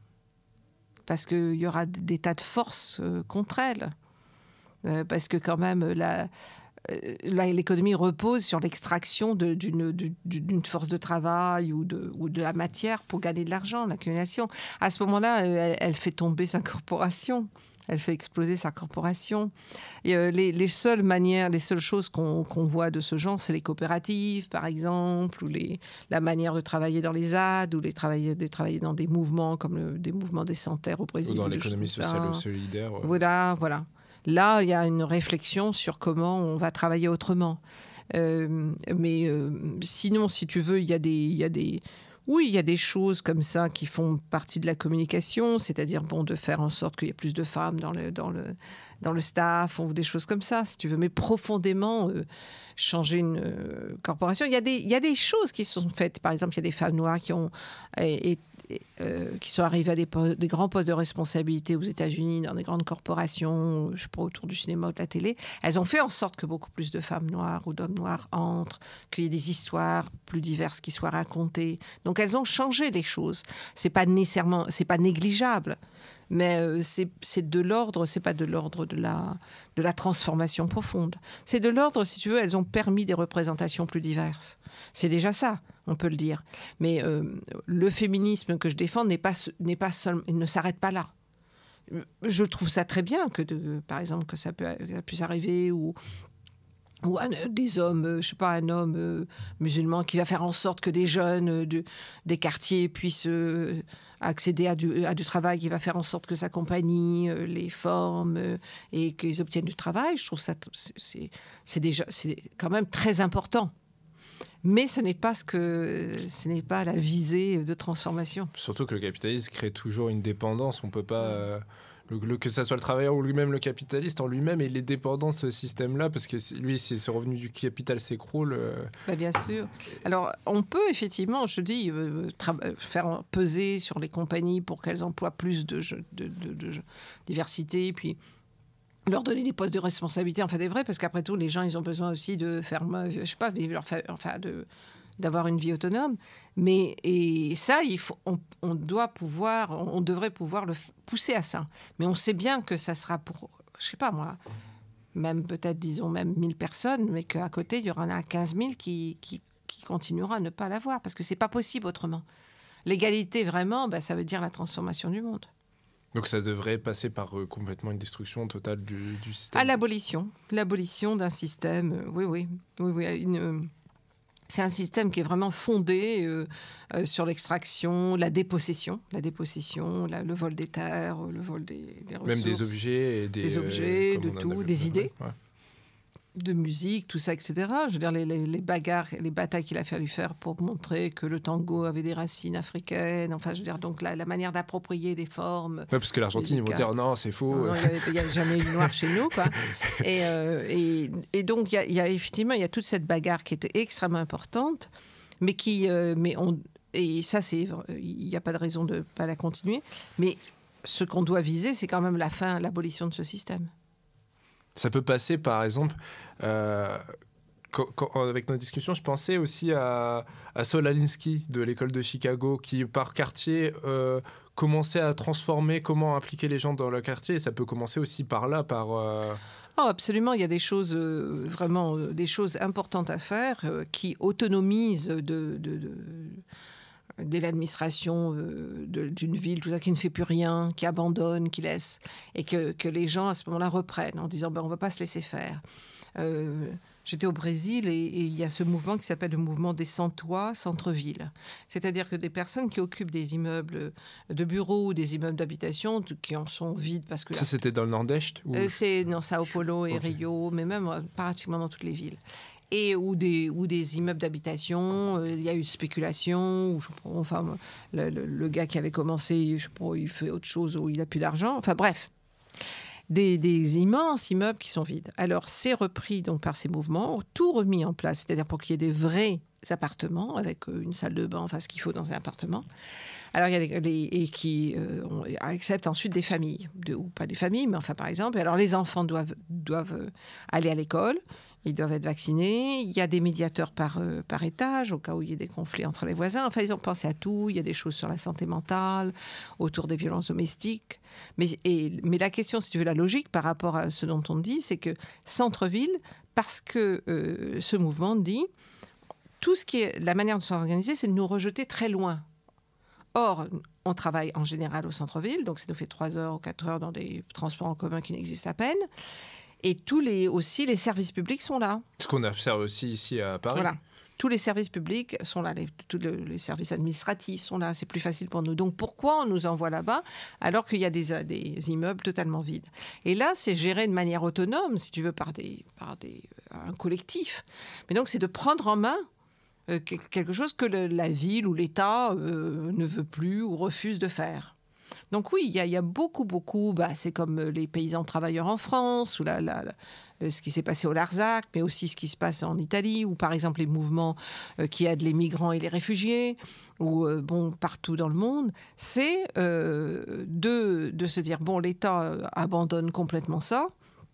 Parce qu'il y aura des tas de forces euh, contre elle. Euh, parce que quand même, la, euh, la, l'économie repose sur l'extraction de, d'une, de, d'une force de travail ou de, ou de la matière pour gagner de l'argent, l'accumulation. À ce moment-là, elle, elle fait tomber sa corporation. Elle fait exploser sa corporation. Et euh, les, les seules manières, les seules choses qu'on, qu'on voit de ce genre, c'est les coopératives, par exemple, ou les, la manière de travailler dans les A D, ou les travailler, de travailler dans des mouvements comme le, des mouvements des Sans-Terre au Brésil. Ou dans l'économie sociale solidaire. Ouais. Voilà, voilà. Là, il y a une réflexion sur comment on va travailler autrement. Euh, mais euh, sinon, si tu veux, il y a des... Il y a des Oui, il y a des choses comme ça qui font partie de la communication, c'est-à-dire bon, de faire en sorte qu'il y ait plus de femmes dans le, dans le, dans le staff, ou des choses comme ça, si tu veux. Mais profondément, euh, changer une euh, corporation. Il y a des, il y a des choses qui sont faites. Par exemple, il y a des femmes noires qui ont... Et, et, euh, qui sont arrivées à des, po- des grands postes de responsabilité aux États-Unis, dans des grandes corporations, je sais pas, autour du cinéma ou de la télé, elles ont fait en sorte que beaucoup plus de femmes noires ou d'hommes noirs entrent, qu'il y ait des histoires plus diverses qui soient racontées. Donc elles ont changé les choses. C'est pas nécessairement, c'est pas négligeable. Mais euh, c'est, c'est de l'ordre, c'est pas de l'ordre de la, de la transformation profonde. C'est de l'ordre, si tu veux, elles ont permis des représentations plus diverses. C'est déjà ça, on peut le dire. Mais euh, le féminisme que je défends n'est pas, n'est pas seul, il ne s'arrête pas là. Je trouve ça très bien que, de, par exemple, que ça, peut, ça puisse arriver ou ou un, des hommes, je sais pas, un homme euh, musulman qui va faire en sorte que des jeunes euh, de, des quartiers puissent euh, accéder à du, à du travail, qui va faire en sorte que sa compagnie euh, les forme euh, et qu'ils obtiennent du travail. Je trouve ça, c'est, c'est déjà, c'est quand même très important. Mais ce n'est pas ce que, ce n'est pas la visée de transformation. Surtout que le capitalisme crée toujours une dépendance. On peut pas... Euh... Le, le, que ça soit le travailleur ou lui-même le capitaliste en lui-même, il est dépendant de ce système-là parce que lui, si ce revenu du capital s'écroule. Euh... Bah bien sûr. Alors, on peut effectivement, je dis, euh, tra- faire peser sur les compagnies pour qu'elles emploient plus de, de, de, de, de diversité, puis leur donner des postes de responsabilité, enfin des vrais, parce qu'après tout, les gens, ils ont besoin aussi de faire, je sais pas, vivre leur, enfin de d'avoir une vie autonome, mais et ça, il faut, on, on doit pouvoir, on devrait pouvoir le pousser à ça. Mais on sait bien que ça sera pour, je sais pas moi, même peut-être, disons, même mille personnes, mais qu'à côté, il y aura quinze mille qui, qui, qui continuera à ne pas l'avoir, parce que c'est pas possible autrement. L'égalité, vraiment, ben, ça veut dire la transformation du monde. Donc ça devrait passer par euh, complètement une destruction totale du, du système. À l'abolition, l'abolition d'un système, euh, oui, oui, oui, oui, une... Euh, c'est un système qui est vraiment fondé euh, euh, sur l'extraction, la dépossession, la dépossession, la, le vol des terres, le vol des, des ressources. Même des objets, et des, des objets, euh, de tout, des idées, ouais. de musique, tout ça, et cetera. Je veux dire, les, les, les bagarres, les batailles qu'il a fallu faire pour montrer que le tango avait des racines africaines. Enfin, je veux dire, donc la, la manière d'approprier des formes. Ouais, parce que l'Argentine, ils vont dire non, c'est faux. Non, il n'y a, a jamais eu de noir chez nous, quoi. Et, euh, et, et donc, il y, y a effectivement, il y a toute cette bagarre qui était extrêmement importante, mais qui, euh, mais on, et ça, c'est, il n'y a pas de raison de ne pas la continuer. Mais ce qu'on doit viser, c'est quand même la fin, l'abolition de ce système. Ça peut passer, par exemple, euh, quand, quand, avec notre discussion, je pensais aussi à, à Saul Alinsky de l'école de Chicago, qui, par quartier, euh, commençait à transformer comment impliquer les gens dans le quartier. Et ça peut commencer aussi par là, par... Euh... Oh, absolument, il y a des choses, euh, vraiment, euh, des choses importantes à faire euh, qui autonomisent de... de, de de l'administration euh, de, d'une ville, tout ça, qui ne fait plus rien, qui abandonne, qui laisse, et que, que les gens, à ce moment-là, reprennent en disant ben, « on ne va pas se laisser faire euh, ». J'étais au Brésil et il y a ce mouvement qui s'appelle le mouvement des sans-toits, centre-ville. C'est-à-dire que des personnes qui occupent des immeubles de bureaux ou des immeubles d'habitation, qui en sont vides parce que... Ça, c'était dans le Nord-Est ou... euh, C'est dans Sao Paulo et okay. Rio, mais même euh, pratiquement dans toutes les villes. Et ou des, ou des immeubles d'habitation, il euh, y a eu spéculation, ou, je sais pas, enfin, le, le, le gars qui avait commencé, je sais pas, il fait autre chose, ou il n'a plus d'argent, enfin bref, des, des immenses immeubles qui sont vides. Alors c'est repris donc, par ces mouvements, tout remis en place, c'est-à-dire pour qu'il y ait des vrais appartements, avec euh, une salle de bain, enfin ce qu'il faut dans un appartement. Alors il y a des, les, et qui euh, on, acceptent ensuite des familles, de, ou pas des familles, mais enfin par exemple, alors les enfants doivent, doivent aller à l'école, ils doivent être vaccinés. Il y a des médiateurs par, euh, par étage, au cas où il y ait des conflits entre les voisins. Enfin, ils ont pensé à tout. Il y a des choses sur la santé mentale, autour des violences domestiques. Mais, et, mais la question, si tu veux, la logique par rapport à ce dont on dit, c'est que centre-ville, parce que euh, ce mouvement dit, tout ce qui est la manière de s'organiser, c'est de nous rejeter très loin. Or, on travaille en général au centre-ville, donc ça nous fait trois heures ou quatre heures dans des transports en commun qui n'existent à peine. Et tous les, aussi, les services publics sont là. Ce qu'on observe aussi ici à Paris. Voilà. Tous les services publics sont là. Les, tous le, les services administratifs sont là. C'est plus facile pour nous. Donc, pourquoi on nous envoie là-bas alors qu'il y a des, des immeubles totalement vides? Et là, c'est géré de manière autonome, si tu veux, par, des, par des, un collectif. Mais donc, c'est de prendre en main euh, quelque chose que le, la ville ou l'État euh, ne veut plus ou refuse de faire. Donc oui, il y, y a beaucoup, beaucoup, bah, c'est comme les paysans travailleurs en France, ou la, la, la, ce qui s'est passé au Larzac, mais aussi ce qui se passe en Italie, ou par exemple les mouvements euh, qui aident les migrants et les réfugiés, ou euh, bon, partout dans le monde, c'est euh, de, de se dire, bon, l'État abandonne complètement ça,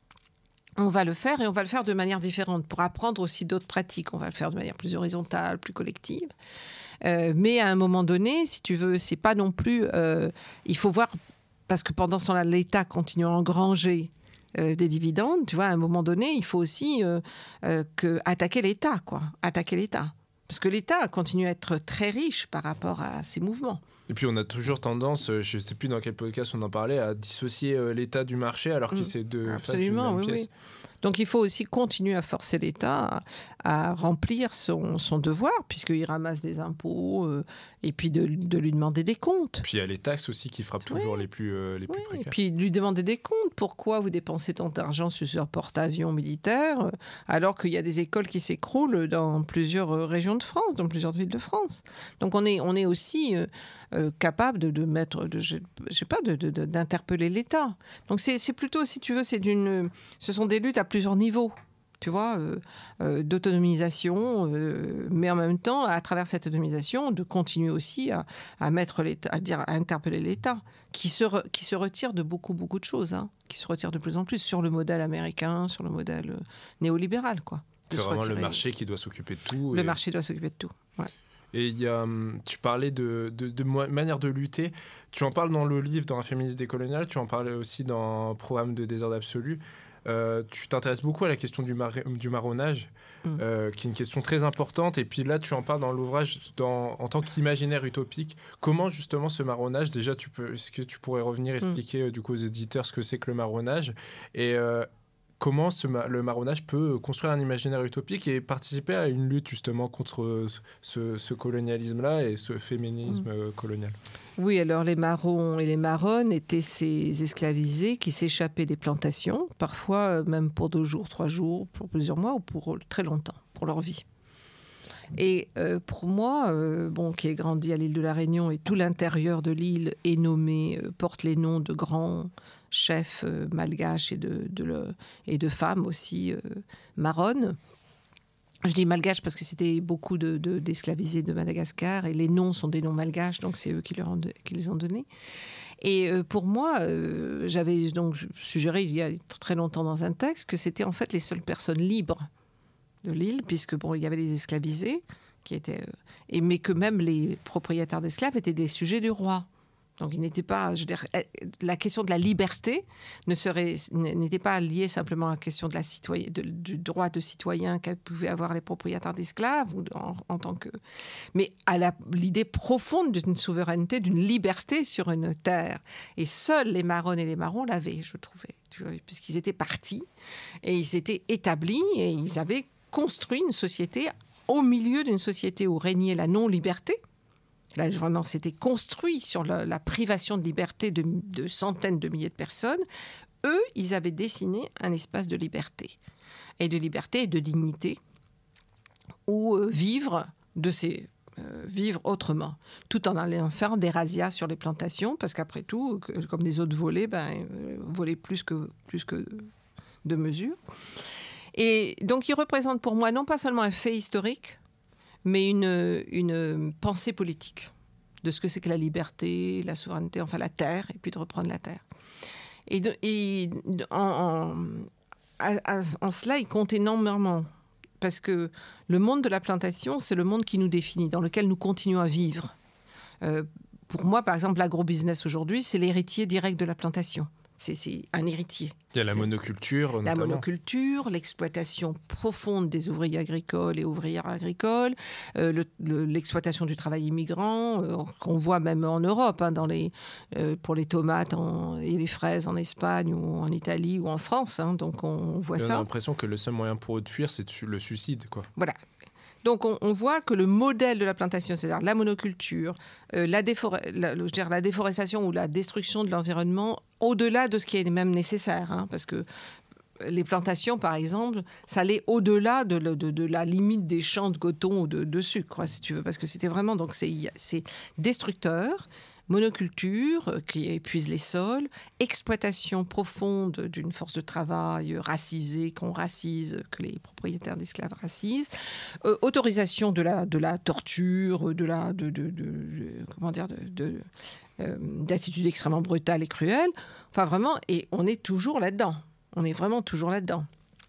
on va le faire, et on va le faire de manière différente, pour apprendre aussi d'autres pratiques. On va le faire de manière plus horizontale, plus collective. Euh, mais à un moment donné, si tu veux, c'est pas non plus... Euh, il faut voir, parce que pendant ce temps-là, l'État continue à engranger euh, des dividendes. Tu vois, à un moment donné, il faut aussi euh, euh, que, attaquer l'État, quoi. Attaquer l'État. Parce que l'État continue à être très riche par rapport à ces mouvements. Et puis on a toujours tendance, je ne sais plus dans quel podcast on en parlait, à dissocier euh, l'État du marché alors que mmh. c'est deux faces d'une même oui, pièce. Oui. Donc il faut aussi continuer à forcer l'État à, à remplir son, son devoir, puisqu'il ramasse des impôts, euh, et puis de, de lui demander des comptes. Puis il y a les taxes aussi qui frappent toujours oui. les plus, euh, les oui. plus précaires. Et puis lui demander des comptes. Pourquoi vous dépensez tant d'argent sur ce porte-avions militaire, euh, alors qu'il y a des écoles qui s'écroulent dans plusieurs euh, régions de France, dans plusieurs villes de France. Donc on est, on est aussi euh, euh, capable de, de mettre, de, je, je sais pas, de, de, de, d'interpeller l'État. Donc c'est, c'est plutôt, si tu veux, c'est d'une, ce sont des luttes à plusieurs niveaux, tu vois, euh, euh, d'autonomisation, euh, mais en même temps, à travers cette autonomisation, de continuer aussi à, à mettre l'État, à dire, à interpeller l'État, qui se, re, qui se retire de beaucoup, beaucoup de choses, hein, qui se retire de plus en plus sur le modèle américain, sur le modèle euh, néolibéral, quoi. C'est vraiment retirer. Le marché qui doit s'occuper de tout. Le et... marché doit s'occuper de tout, ouais. Et il y a, tu parlais de, de, de manière de lutter. Tu en parles dans le livre, dans Un féminisme décolonial. Tu en parlais aussi dans Programme de désordre absolu. Euh, tu t'intéresses beaucoup à la question du, mar- du marronnage, mmh. euh, qui est une question très importante. Et puis là, tu en parles dans l'ouvrage dans, en tant qu'imaginaire utopique. Comment justement ce marronnage, déjà, tu peux, est-ce que tu pourrais revenir expliquer mmh. euh, du coup aux éditeurs ce que c'est que le marronnage et euh, comment ce, le marronnage peut construire un imaginaire utopique et participer à une lutte justement contre ce, ce colonialisme-là et ce féminisme mmh. colonial. Oui, alors les marrons et les marronnes étaient ces esclavisés qui s'échappaient des plantations, parfois même pour deux jours, trois jours, pour plusieurs mois ou pour très longtemps, pour leur vie. Et euh, pour moi, euh, bon, qui ai grandi à l'île de la Réunion et tout l'intérieur de l'île est nommé, euh, porte les noms de grands chefs euh, malgaches et de, de le, et de femmes aussi euh, marronnes. Je dis malgaches parce que c'était beaucoup de, de, d'esclavisés de Madagascar et les noms sont des noms malgaches, donc c'est eux qui, leur ont, qui les ont donnés. Et euh, pour moi, euh, j'avais donc suggéré il y a très longtemps dans un texte que c'était en fait les seules personnes libres de l'île, puisque bon, il y avait les esclavisés, qui étaient, euh, et, mais que même les propriétaires d'esclaves étaient des sujets du roi. Donc, il n'était pas, je veux dire, la question de la liberté ne serait, n'était pas liée simplement à la question de la citoyen, de, du droit de citoyen qu'elles pouvaient avoir les propriétaires d'esclaves, ou en, en tant que, mais à la, l'idée profonde d'une souveraineté, d'une liberté sur une terre. Et seuls les marronnes et les marrons l'avaient, je trouvais, tu vois, puisqu'ils étaient partis et ils s'étaient établis et ils avaient construit une société au milieu d'une société où régnait la non-liberté. Là, vraiment, c'était construit sur la, la privation de liberté de, de centaines de milliers de personnes. Eux, ils avaient dessiné un espace de liberté. Et de liberté et de dignité, où euh, vivre, de ces, euh, vivre autrement, tout en allant faire des razzias sur les plantations, parce qu'après tout, que, comme les autres volaient, ben, euh, volaient plus que, plus que de mesure. Et donc, il représente pour moi non pas seulement un fait historique, mais une, une pensée politique de ce que c'est que la liberté, la souveraineté, enfin la terre, et puis de reprendre la terre. Et, de, et en, en, en, en cela, il compte énormément, parce que le monde de la plantation, c'est le monde qui nous définit, dans lequel nous continuons à vivre. Euh, pour moi, par exemple, l'agrobusiness aujourd'hui, c'est l'héritier direct de la plantation. C'est, c'est un héritier. Il y a la monoculture, La notamment. monoculture, l'exploitation profonde des ouvriers agricoles et ouvrières agricoles, euh, le, le, l'exploitation du travail immigrant, euh, qu'on voit même en Europe, hein, dans les, euh, pour les tomates en, et les fraises en Espagne ou en Italie ou en France. Hein, donc on, on voit ça. On a l'impression que le seul moyen pour eux de fuir, c'est le suicide, quoi. Voilà. Donc, on, on voit que le modèle de la plantation, c'est-à-dire la monoculture, euh, la, défore- la, je veux dire, la déforestation ou la destruction de l'environnement, au-delà de ce qui est même nécessaire, hein, parce que les plantations, par exemple, ça allait au-delà de, de, de la limite des champs de coton ou de, de sucre, si tu veux, parce que c'était vraiment, donc c'est, c'est destructeur, Monoculture euh, qui épuise les sols, exploitation profonde d'une force de travail racisée, qu'on racise, que les propriétaires d'esclaves racisent, euh, autorisation de la, de la torture, de la, de, de, de, de comment dire, de, de euh, d'attitudes extrêmement brutales et cruelles. Enfin vraiment, et on est toujours là-dedans. On est vraiment toujours là-dedans.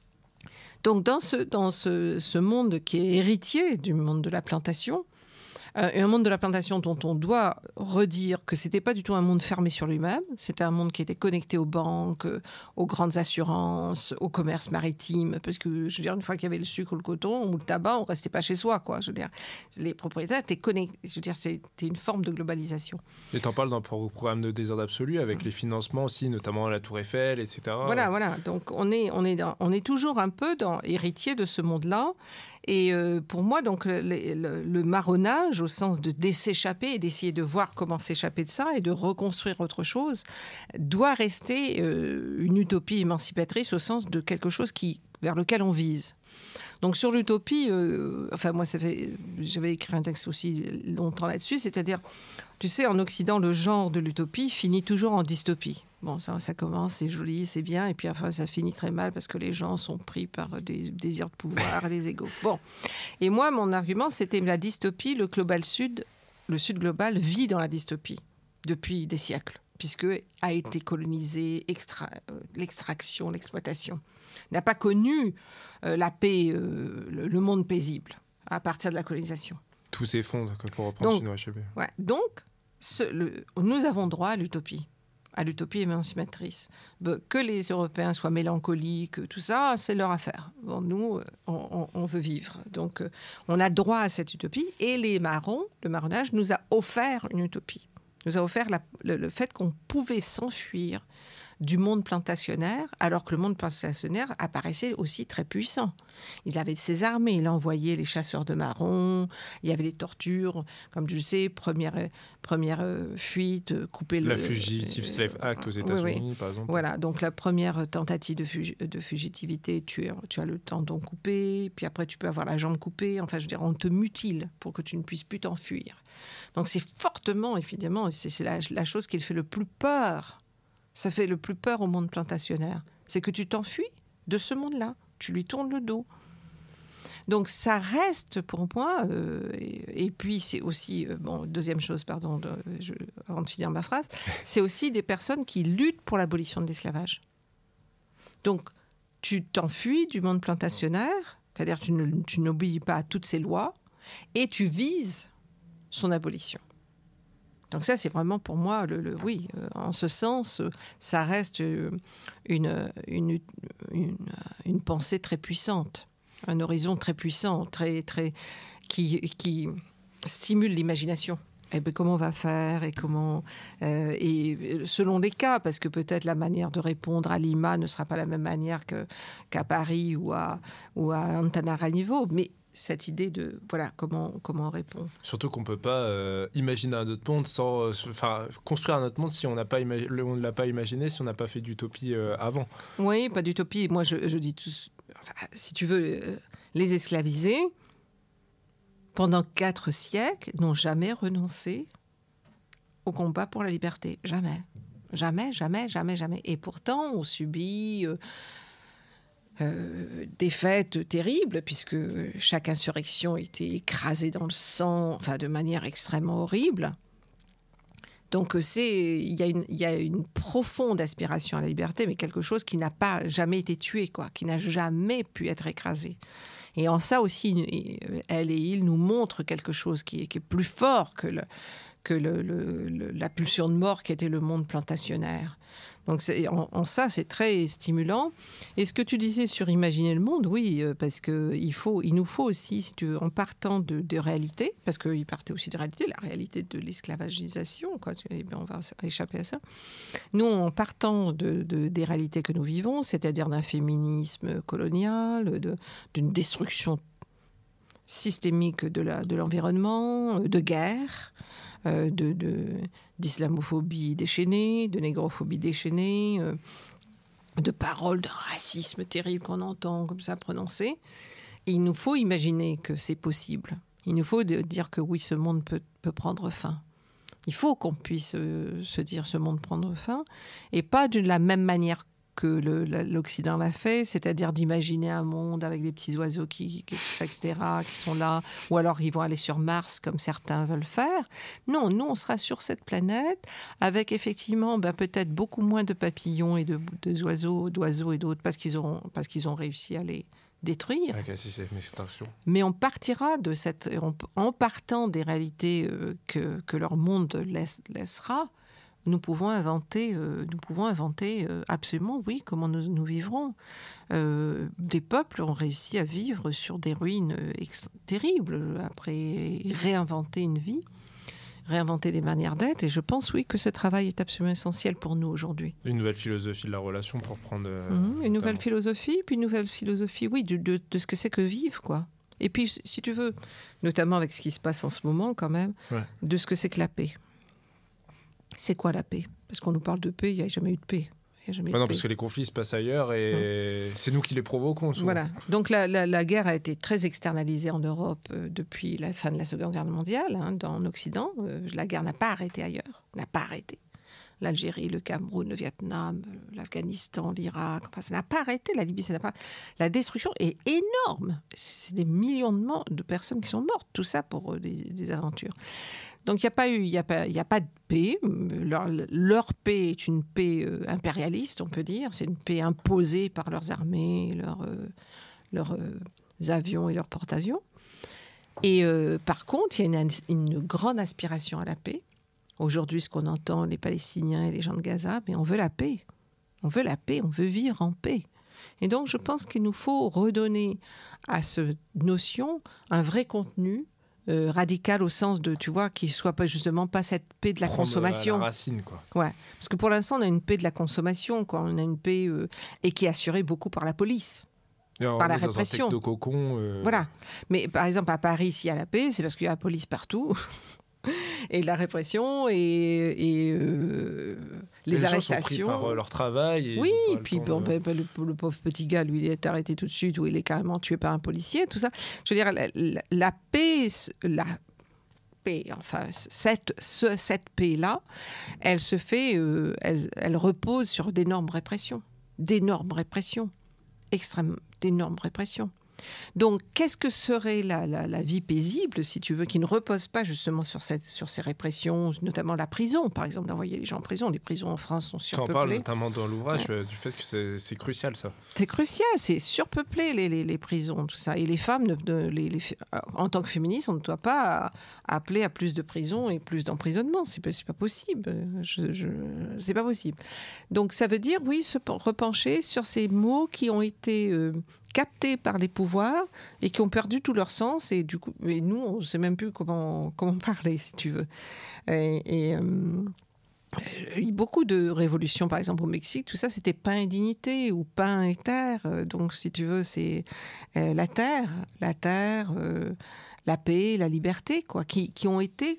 Donc dans ce, dans ce, ce monde qui est héritier du monde de la plantation, euh, et un monde de la plantation dont on doit redire que c'était pas du tout un monde fermé sur lui-même, c'était un monde qui était connecté aux banques, aux grandes assurances, au commerce maritime, parce que je veux dire, une fois qu'il y avait le sucre ou le coton ou le tabac, on restait pas chez soi, quoi. Je veux dire, les propriétaires étaient connectés. Je veux dire, c'était une forme de globalisation. Et t'en parles dans le programme de désordre absolu avec les financements aussi, notamment la Tour Eiffel, et cetera. Voilà, voilà. Donc on est, on est, dans, on est toujours un peu dans, héritier de ce monde-là. Et euh, pour moi, donc, le, le, le marronnage, au sens de s'échapper et d'essayer de voir comment s'échapper de ça et de reconstruire autre chose, doit rester euh, une utopie émancipatrice au sens de quelque chose qui, vers lequel on vise. Donc sur l'utopie, euh, enfin moi, ça fait, j'avais écrit un texte aussi longtemps là-dessus, c'est-à-dire, tu sais, en Occident, le genre de l'utopie finit toujours en dystopie. Bon, ça, ça commence, c'est joli, c'est bien, et puis enfin, ça finit très mal parce que les gens sont pris par des désirs de pouvoir et des égos. Bon, et moi, mon argument, c'était la dystopie, le global sud, le sud global vit dans la dystopie depuis des siècles, puisque a été colonisé, extra, euh, l'extraction, l'exploitation, n'a pas connu euh, la paix, euh, le, le monde paisible à partir de la colonisation. Tout s'effondre, pour reprendre Chinua Achebe. Ouais, donc, ce, le, nous avons droit à l'utopie. à l'utopie émancipatrice. Que les Européens soient mélancoliques, tout ça, c'est leur affaire. Bon, nous, on, on veut vivre. Donc, on a droit à cette utopie. Et les marrons, le marronnage, nous a offert une utopie. Nous a offert la, le, le fait qu'on pouvait s'enfuir du monde plantationnaire, alors que le monde plantationnaire apparaissait aussi très puissant. Il avait ses armées, il envoyait les chasseurs de marrons, il y avait les tortures, comme tu le sais, première, première euh, fuite, couper le... La Fugitive euh, Slave Act aux États-Unis, oui, oui. par exemple. Voilà, donc la première tentative de, fugi- de fugitivité, tu, es, tu as le tendon coupé, puis après tu peux avoir la jambe coupée, enfin je veux dire, on te mutile pour que tu ne puisses plus t'enfuir. Donc c'est fortement, évidemment, c'est, c'est la, la chose qui fait le plus peur. Ça fait le plus peur au monde plantationnaire. C'est que tu t'enfuis de ce monde-là. Tu lui tournes le dos. Donc ça reste pour moi... Euh, et, et puis c'est aussi... Euh, bon, deuxième chose, pardon, de, je, avant de finir ma phrase, c'est aussi des personnes qui luttent pour l'abolition de l'esclavage. Donc tu t'enfuis du monde plantationnaire, c'est-à-dire tu, ne, tu n'obéis pas à toutes ces lois, et tu vises son abolition. Donc ça, c'est vraiment pour moi, le, le, oui, euh, en ce sens, euh, ça reste euh, une, une, une, une pensée très puissante, un horizon très puissant, très, très, qui, qui stimule l'imagination. Et bien, comment on va faire et comment euh, et selon les cas, parce que peut-être la manière de répondre à Lima ne sera pas la même manière que, qu'à Paris ou à, ou à Antananarivo, mais cette idée de voilà comment comment on répond. Surtout qu'on peut pas euh, imaginer un autre monde sans, enfin euh, construire un autre monde si on n'a pas imagi- on ne l'a pas imaginé, si on n'a pas fait d'utopie euh, avant. Oui, pas d'utopie. Moi, je, je dis tous, enfin, si tu veux, euh, les esclavisés pendant quatre siècles n'ont jamais renoncé au combat pour la liberté, jamais, jamais, jamais, jamais, jamais. Et pourtant, on subit euh, Euh, défaite terrible, puisque chaque insurrection était écrasée dans le sang, enfin de manière extrêmement horrible. Donc c'est, il y a une, il y a une profonde aspiration à la liberté, mais quelque chose qui n'a pas jamais été tué, quoi, qui n'a jamais pu être écrasé. Et en ça aussi, elle et il nous montrent quelque chose qui est, qui est plus fort que, le, que le, le, le, la pulsion de mort qui était le monde plantationnaire. Donc c'est, en, en ça, c'est très stimulant. Et ce que tu disais sur imaginer le monde, oui, parce qu'il faut, il nous faut aussi, si tu veux, en partant de, de réalité, parce qu'il partait aussi de réalité, la réalité de l'esclavagisation, quoi, et bien on va échapper à ça. Nous, en partant de, de, des réalités que nous vivons, c'est-à-dire d'un féminisme colonial, de, d'une destruction systémique de, la, de l'environnement, de guerre, Euh, de, de, d'islamophobie déchaînée, de négrophobie déchaînée, euh, de paroles d'un racisme terrible qu'on entend comme ça prononcer. Et il nous faut imaginer que c'est possible. Il nous faut de, dire que oui, ce monde peut, peut prendre fin. Il faut qu'on puisse euh, se dire ce monde prendre fin, et pas de la même manière que le, l'Occident l'a fait, c'est-à-dire d'imaginer un monde avec des petits oiseaux qui, qui, et cetera, qui sont là, ou alors ils vont aller sur Mars comme certains veulent faire. Non, nous, on sera sur cette planète avec effectivement ben, peut-être beaucoup moins de papillons et de, de oiseaux, d'oiseaux et d'autres parce qu'ils ont, parce qu'ils ont réussi à les détruire. Okay, si c'est une extinction. Mais on partira de cette... En partant des réalités euh, que, que leur monde laisse, laissera, nous pouvons inventer, euh, nous pouvons inventer euh, absolument, oui, comment nous, nous vivrons. Euh, des peuples ont réussi à vivre sur des ruines ex- terribles, après réinventer une vie, réinventer des manières d'être. Et je pense, oui, que ce travail est absolument essentiel pour nous aujourd'hui. Une nouvelle philosophie de la relation pour prendre... Euh, mmh, une nouvelle philosophie, puis une nouvelle philosophie, oui, de, de, de ce que c'est que vivre, quoi. Et puis, si tu veux, notamment avec ce qui se passe en ce moment, quand même, ouais. de ce que c'est que la paix. C'est quoi la paix? Parce qu'on nous parle de paix, il n'y a jamais eu de paix. Il y a jamais eu ah de non, paix. parce que les conflits se passent ailleurs et mmh. c'est nous qui les provoquons. Souvent. Voilà. Donc la, la, la guerre a été très externalisée en Europe euh, depuis la fin de la Seconde Guerre mondiale, hein, dans l'Occident. Euh, la guerre n'a pas arrêté ailleurs, n'a pas arrêté. L'Algérie, le Cameroun, le Vietnam, l'Afghanistan, l'Irak, enfin, ça n'a pas arrêté. La Libye, ça n'a pas... La destruction est énorme. C'est des millions de, morts, de personnes qui sont mortes, tout ça pour euh, des, des aventures. Donc il n'y a pas eu, il y a pas, il y a pas de paix. Leur, leur paix est une paix euh, impérialiste, on peut dire. C'est une paix imposée par leurs armées, leurs, euh, leurs euh, avions et leurs porte-avions. Et euh, par contre, il y a une, une grande aspiration à la paix. Aujourd'hui, ce qu'on entend, les Palestiniens et les gens de Gaza, mais on veut la paix. On veut la paix, on veut vivre en paix. Et donc, je pense qu'il nous faut redonner à cette notion un vrai contenu euh, radical au sens de, tu vois, qu'il ne soit pas justement pas cette paix de la Prendre consommation. la racine, quoi. Ouais. Parce que pour l'instant, on a une paix de la consommation, quoi. On a une paix euh, et qui est assurée beaucoup par la police. Et par la dans répression. Un techno-cocon, euh... Voilà. Mais par exemple, à Paris, s'il y a la paix, c'est parce qu'il y a la police partout. Et de la répression et, et euh, les, les arrestations. Gens sont pris par euh, leur travail. Et oui, et puis bon, de... ben, le, le pauvre petit gars, lui, il est arrêté tout de suite ou il est carrément tué par un policier, tout ça. Je veux dire, la, la, la paix, la paix, enfin, cette, ce, cette paix-là, elle se fait, euh, elle, elle repose sur d'énormes répressions, d'énormes répressions, extrêmes, d'énormes répressions. Donc, qu'est-ce que serait la, la, la vie paisible, si tu veux, qui ne repose pas justement sur, cette, sur ces répressions, notamment la prison, par exemple, d'envoyer les gens en prison. Les prisons en France sont surpeuplées. Tu en parles notamment dans l'ouvrage ouais. euh, du fait que c'est, c'est crucial, ça. C'est crucial, c'est surpeuplé, les, les, les prisons, tout ça. Et les femmes, ne, de, les, les, en tant que féministes, on ne doit pas appeler à plus de prisons et plus d'emprisonnement. C'est pas, c'est pas possible. Je, je, c'est pas possible. Donc, ça veut dire, oui, se repencher sur ces mots qui ont été... Euh, captés par les pouvoirs et qui ont perdu tout leur sens et du coup et nous on ne sait même plus comment comment parler si tu veux et, et euh, il y a beaucoup de révolutions par exemple au Mexique, tout ça c'était pain et dignité ou pain et terre, donc si tu veux c'est euh, la terre la terre euh, la paix, la liberté quoi, qui, qui ont été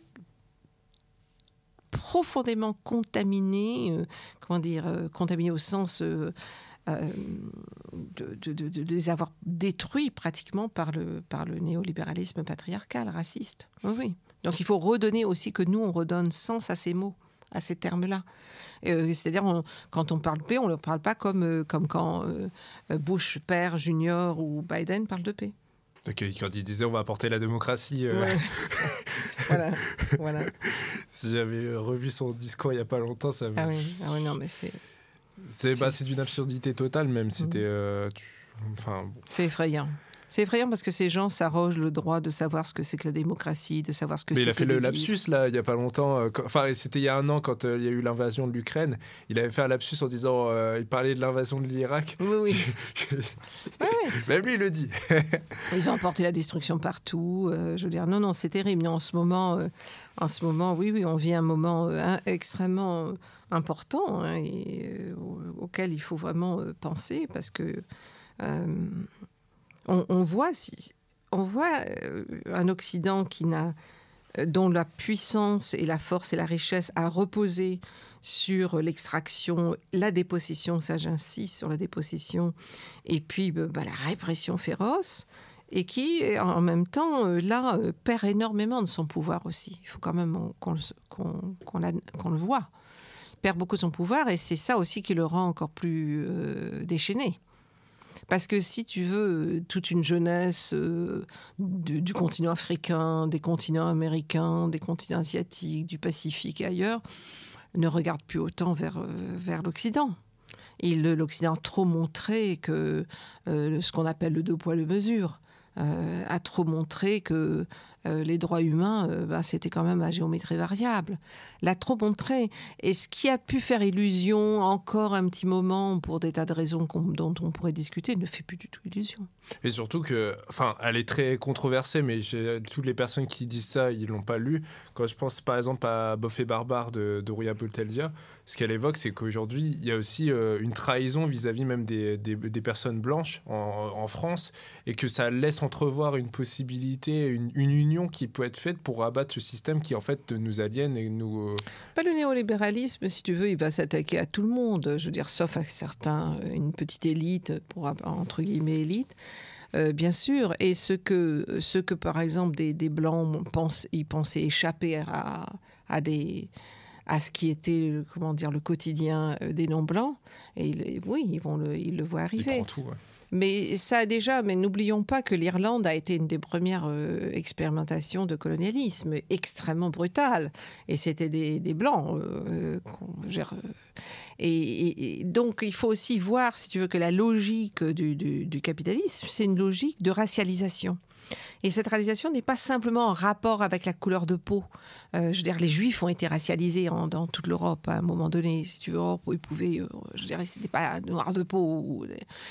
profondément contaminés, euh, comment dire euh, contaminés au sens euh, Euh, de, de, de, de les avoir détruits pratiquement par le, par le néolibéralisme patriarcal, raciste. Oui, oui. Donc il faut redonner aussi que nous, on redonne sens à ces mots, à ces termes-là. Euh, c'est-à-dire, on, quand on parle paix, on ne le parle pas comme, euh, comme quand euh, Bush père, Junior ou Biden parlent de paix. Okay, quand il disait on va apporter la démocratie. Euh... Ouais. voilà, voilà. Si j'avais revu son discours il n'y a pas longtemps, ça me... Ah oui, ah oui non, mais c'est... C'est, bah, c'est d'une absurdité totale même. C'était, euh, tu... enfin, bon. C'est effrayant. C'est effrayant parce que ces gens s'arrogent le droit de savoir ce que c'est que la démocratie, de savoir ce que mais c'est il a que fait le vivre. lapsus là, il n'y a pas longtemps. Euh, quand... Enfin, c'était il y a un an quand euh, il y a eu l'invasion de l'Ukraine. Il avait fait un lapsus en disant, euh, il parlait de l'invasion de l'Irak. Oui, oui. oui, oui. Même lui, il le dit. Ils ont apporté la destruction partout. Euh, je veux dire, non, non, c'est terrible. Non, en ce moment, euh, en ce moment, oui, oui, on vit un moment euh, extrêmement euh, important hein, et euh, auquel il faut vraiment euh, penser parce que euh, on, on voit si. On voit euh, un Occident qui n'a, euh, dont la puissance et la force et la richesse a reposé sur l'extraction, la dépossession, ça j'insiste sur la dépossession, et puis bah, la répression féroce. et qui, en même temps, euh, là, euh, perd énormément de son pouvoir aussi. Il faut quand même qu'on, qu'on, qu'on, la, qu'on le voit. Il perd beaucoup de son pouvoir et c'est ça aussi qui le rend encore plus euh, déchaîné. Parce que si tu veux, toute une jeunesse euh, du, du continent africain, des continents américains, des continents asiatiques, du Pacifique et ailleurs, ne regarde plus autant vers, euh, vers l'Occident. Et le, l'Occident a trop montré que euh, ce qu'on appelle le deux poids, deux mesures, euh, a trop montré que euh, les droits humains, euh, bah, c'était quand même à géométrie variable. L'a trop montré. Et ce qui a pu faire illusion encore un petit moment pour des tas de raisons dont on pourrait discuter ne fait plus du tout illusion. Et surtout que, enfin, elle est très controversée, mais j'ai, toutes les personnes qui disent ça, ils l'ont pas lu. Quand je pense par exemple à Bof et Barbare de, de Rouya Bouteldia, ce qu'elle évoque, c'est qu'aujourd'hui, il y a aussi euh, une trahison vis-à-vis même des, des, des personnes blanches en, en France, et que ça laisse entrevoir une possibilité, une, une union qui peut être faite pour abattre ce système qui en fait nous aliène et nous... Euh... Pas le néolibéralisme, si tu veux, il va s'attaquer à tout le monde, je veux dire, sauf à certains, une petite élite, pour, entre guillemets élite. Euh, bien sûr, et ce que, ce que par exemple des, des Blancs pensent, ils pensaient échapper à, à, des, à ce qui était comment dire, le quotidien des non-Blancs, et ils, oui, ils, vont le, ils le voient arriver. Il prend tout, ouais. Mais ça déjà, mais n'oublions pas que l'Irlande a été une des premières euh, expérimentations de colonialisme extrêmement brutale. Et c'était des, des Blancs. Euh, gère, euh, et, et, et donc, il faut aussi voir, si tu veux, que la logique du, du, du capitalisme, c'est une logique de racialisation. Et cette racialisation n'est pas simplement en rapport avec la couleur de peau. Euh, je veux dire, les Juifs ont été racialisés en, dans toute l'Europe à un moment donné. Si tu veux, ils pouvaient, euh, je dirais, c'était pas noir de peau ou...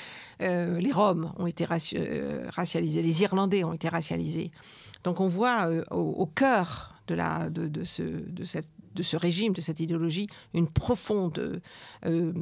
Euh, les Roms ont été raci- euh, racialisés, les Irlandais ont été racialisés. Donc on voit euh, au, au cœur de, la, de, de, ce, de, cette, de ce régime, de cette idéologie, une profonde euh, euh,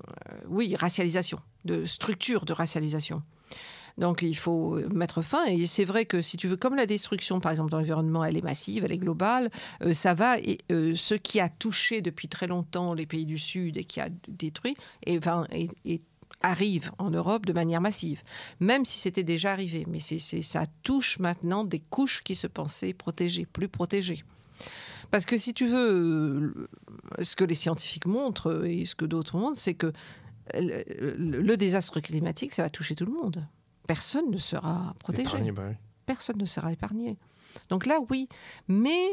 oui, racialisation, de structure de racialisation. Donc il faut mettre fin. Et c'est vrai que si tu veux, comme la destruction, par exemple, dans l'environnement, elle est massive, elle est globale, euh, ça va. Et euh, ce qui a touché depuis très longtemps les pays du Sud et qui a détruit, et, enfin, et, et arrive en Europe de manière massive, même si c'était déjà arrivé. Mais c'est, c'est, ça touche maintenant des couches qui se pensaient protégées, plus protégées. Parce que si tu veux, ce que les scientifiques montrent et ce que d'autres montrent, c'est que le, le, le désastre climatique, ça va toucher tout le monde. Personne ne sera protégé. Épargné, bah oui. Personne ne sera épargné. Donc là, oui. Mais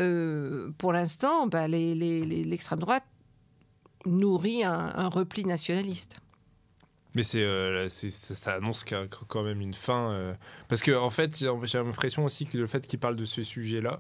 euh, pour l'instant, bah, les, les, les, l'extrême droite nourrit un, un repli nationaliste. Mais c'est, euh, c'est, ça, ça annonce quand même une fin. Euh, parce que, en fait, j'ai l'impression aussi que le fait qu'il parle de ce sujet-là,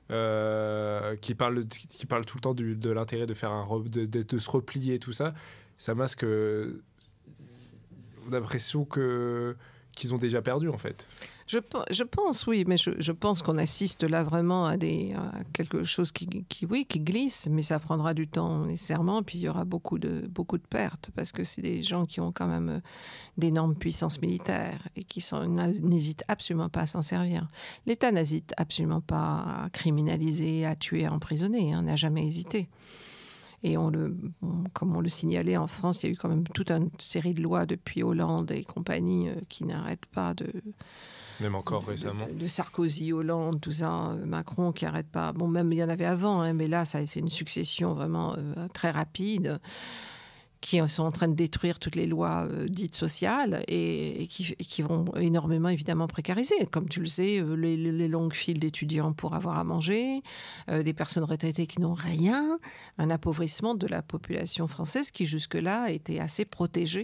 euh, qu'il parle, qu'il parle tout le temps du, de l'intérêt de, faire un, de, de, de se replier et tout ça, ça masque. Euh, on a l'impression que, qu'ils ont déjà perdu, en fait. Je, je pense, oui, mais je, je pense qu'on assiste là vraiment à, des, à quelque chose qui, qui, oui, qui glisse, mais ça prendra du temps nécessairement, puis il y aura beaucoup de, beaucoup de pertes, parce que c'est des gens qui ont quand même d'énormes puissances militaires et qui sont, n'hésitent absolument pas à s'en servir. L'État n'hésite absolument pas à criminaliser, à tuer, à emprisonner, hein, n'a jamais hésité. Et on le, on, comme on le signalait en France, il y a eu quand même toute une série de lois depuis Hollande et compagnie euh, qui n'arrêtent pas de... Même encore récemment. De, de Sarkozy, Hollande, tout ça, Macron qui n'arrête pas. Bon, même il y en avait avant, hein, mais là, ça, c'est une succession vraiment euh, très rapide qui sont en train de détruire toutes les lois euh, dites sociales et, et, qui, et qui vont énormément, évidemment, précariser. Comme tu le sais, euh, les, les longues files d'étudiants pour avoir à manger, euh, des personnes retraitées qui n'ont rien, un appauvrissement de la population française qui, jusque-là, était assez protégée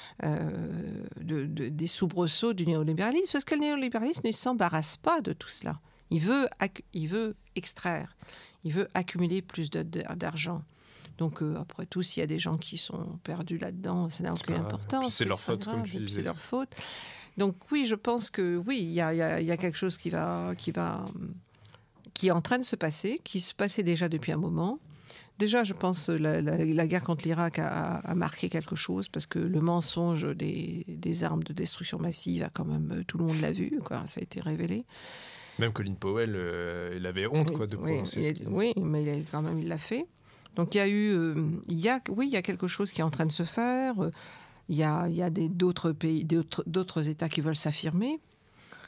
euh, de, de, des soubresauts du néolibéralisme, parce que le néolibéralisme ne s'embarrasse pas de tout cela. Il veut, il veut extraire, il veut accumuler plus de, de, d'argent. Donc, euh, après tout, s'il y a des gens qui sont perdus là-dedans, ça n'a aucune importance. C'est leur faute, grave, comme tu disais. C'est leur faute. Donc, oui, je pense que oui, il y a, y a, y a quelque chose qui, va, qui, va, qui est en train de se passer, qui se passait déjà depuis un moment. Déjà, je pense que la, la, la guerre contre l'Irak a, a marqué quelque chose, parce que le mensonge des, des armes de destruction massive, a quand même, tout le monde l'a vu, quoi, ça a été révélé. Même Colin Powell, euh, il avait honte, oui, quoi, de oui, prononcer il, ce qu'il... Oui, mais il a, quand même, il l'a fait. Donc il y a eu, euh, il y a, oui, il y a quelque chose qui est en train de se faire. Il y a, il y a des, d'autres pays, d'autres, d'autres États qui veulent s'affirmer.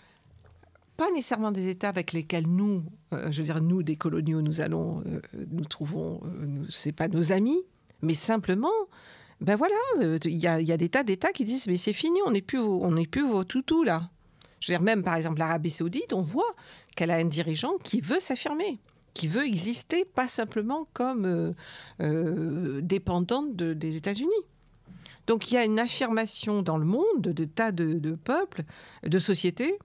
pas nécessairement des États avec lesquels nous, euh, je veux dire, nous, des coloniaux, nous allons, euh, nous trouvons, euh, nous, c'est pas nos amis, mais simplement, ben voilà, il euh, y, a, y a des tas d'États qui disent, mais c'est fini, on n'est plus, vos, on n'est plus vos toutous, là. Je veux dire, même, par exemple, l'Arabie Saoudite, on voit qu'elle a un dirigeant qui veut s'affirmer, qui veut exister, pas simplement comme euh, euh, dépendante de, des États-Unis. Donc, il y a une affirmation dans le monde de, de tas de, de peuples, de sociétés,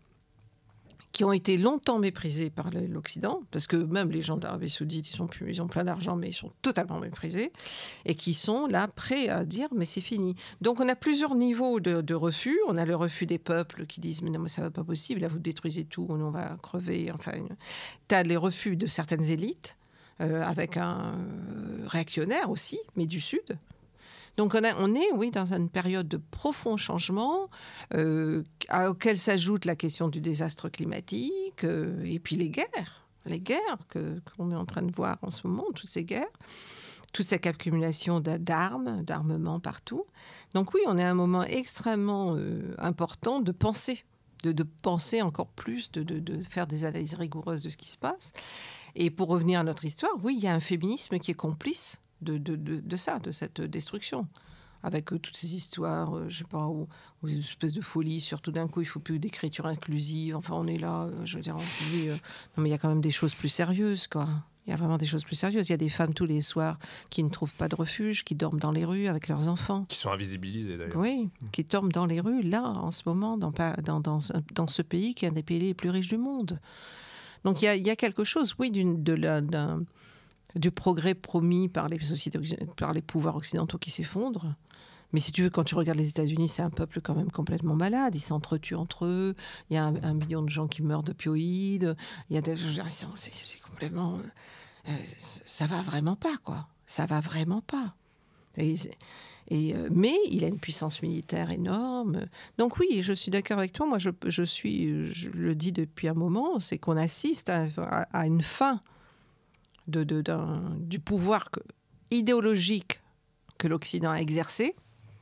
qui ont été longtemps méprisés par l'Occident, parce que même les gens d'Arabie Saoudite, ils, sont plus, ils ont plein d'argent, mais ils sont totalement méprisés, et qui sont là prêts à dire « mais c'est fini ». Donc on a plusieurs niveaux de, de refus. On a le refus des peuples qui disent « mais non, mais ça va pas possible, là vous détruisez tout, on va crever ». Enfin, tu as les refus de certaines élites, euh, avec un euh, réactionnaire aussi, mais du Sud. Donc on, a, on est, oui, dans une période de profond changement euh, auquel s'ajoute la question du désastre climatique euh, et puis les guerres, les guerres que, qu'on est en train de voir en ce moment, toutes ces guerres, toute cette accumulation d'armes, d'armements partout. Donc oui, on est à un moment extrêmement euh, important de penser, de, de penser encore plus, de, de, de faire des analyses rigoureuses de ce qui se passe. Et pour revenir à notre histoire, oui, il y a un féminisme qui est complice De, de, de, de ça, de cette destruction, avec euh, toutes ces histoires, euh, je sais pas, où, où une espèce de folie, surtout d'un coup, il faut plus d'écriture inclusive. Enfin, on est là, euh, je veux dire, on se dit, euh, non mais il y a quand même des choses plus sérieuses, quoi. Il y a vraiment des choses plus sérieuses. Il y a des femmes tous les soirs qui ne trouvent pas de refuge, qui dorment dans les rues avec leurs enfants. Qui sont invisibilisées, d'ailleurs. Oui, mmh. qui dorment dans les rues, là, en ce moment, dans, dans, dans, dans ce pays qui est un des pays les plus riches du monde. Donc, il y a, il y a quelque chose, oui, d'une, de la, d'un... du progrès promis par les sociétés, par les pouvoirs occidentaux qui s'effondrent. Mais si tu veux, quand tu regardes les États-Unis, c'est un peuple quand même complètement malade. Ils s'entretuent entre eux. Il y a un, un million de gens qui meurent d'opioïdes. Il y a des, c'est, c'est complètement, euh, ça va vraiment pas, quoi. Ça va vraiment pas. Et, et, euh, mais il a une puissance militaire énorme. Donc oui, je suis d'accord avec toi. Moi, je, je suis, je le dis depuis un moment, c'est qu'on assiste à, à, à une fin De, de, d'un, du pouvoir que, idéologique que l'Occident a exercé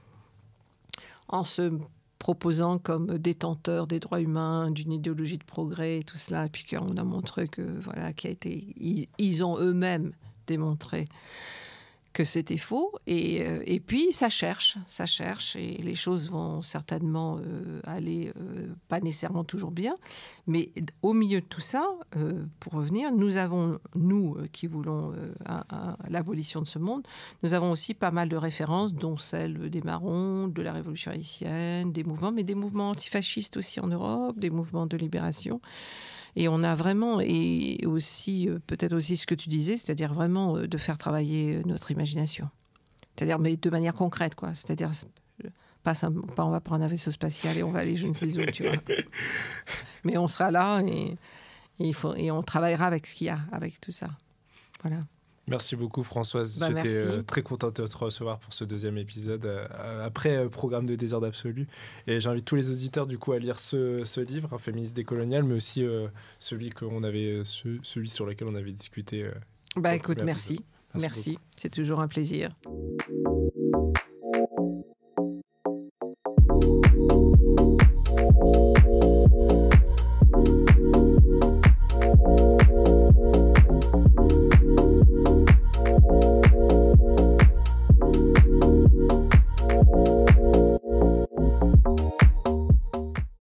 en se proposant comme détenteur des droits humains, d'une idéologie de progrès et tout cela, et puis qu'on a montré que, voilà, qui a été, ils, ils ont eux-mêmes démontré que c'était faux, et, euh, et puis ça cherche, ça cherche, et les choses vont certainement euh, aller euh, pas nécessairement toujours bien, mais au milieu de tout ça, euh, pour revenir, nous avons, nous euh, qui voulons euh, un, un, l'abolition de ce monde, nous avons aussi pas mal de références, dont celle des Marrons, de la Révolution haïtienne, des mouvements, mais des mouvements antifascistes aussi en Europe, des mouvements de libération. Et on a vraiment, et aussi, peut-être aussi ce que tu disais, c'est-à-dire vraiment de faire travailler notre imagination. C'est-à-dire, mais de manière concrète, quoi. C'est-à-dire, pas, pas on va prendre un vaisseau spatial et on va aller je ne sais où, tu vois. Mais on sera là et, et, il faut, et on travaillera avec ce qu'il y a, avec tout ça. Voilà. Merci beaucoup Françoise, bah, j'étais euh, très contente de te recevoir pour ce deuxième épisode euh, après euh, Programme de désordre absolu, et j'invite tous les auditeurs du coup à lire ce, ce livre, Un féministe décolonial, mais aussi euh, celui, qu'on avait, ce, celui sur lequel on avait discuté. Euh, bah écoute, merci, merci, merci. C'est toujours un plaisir.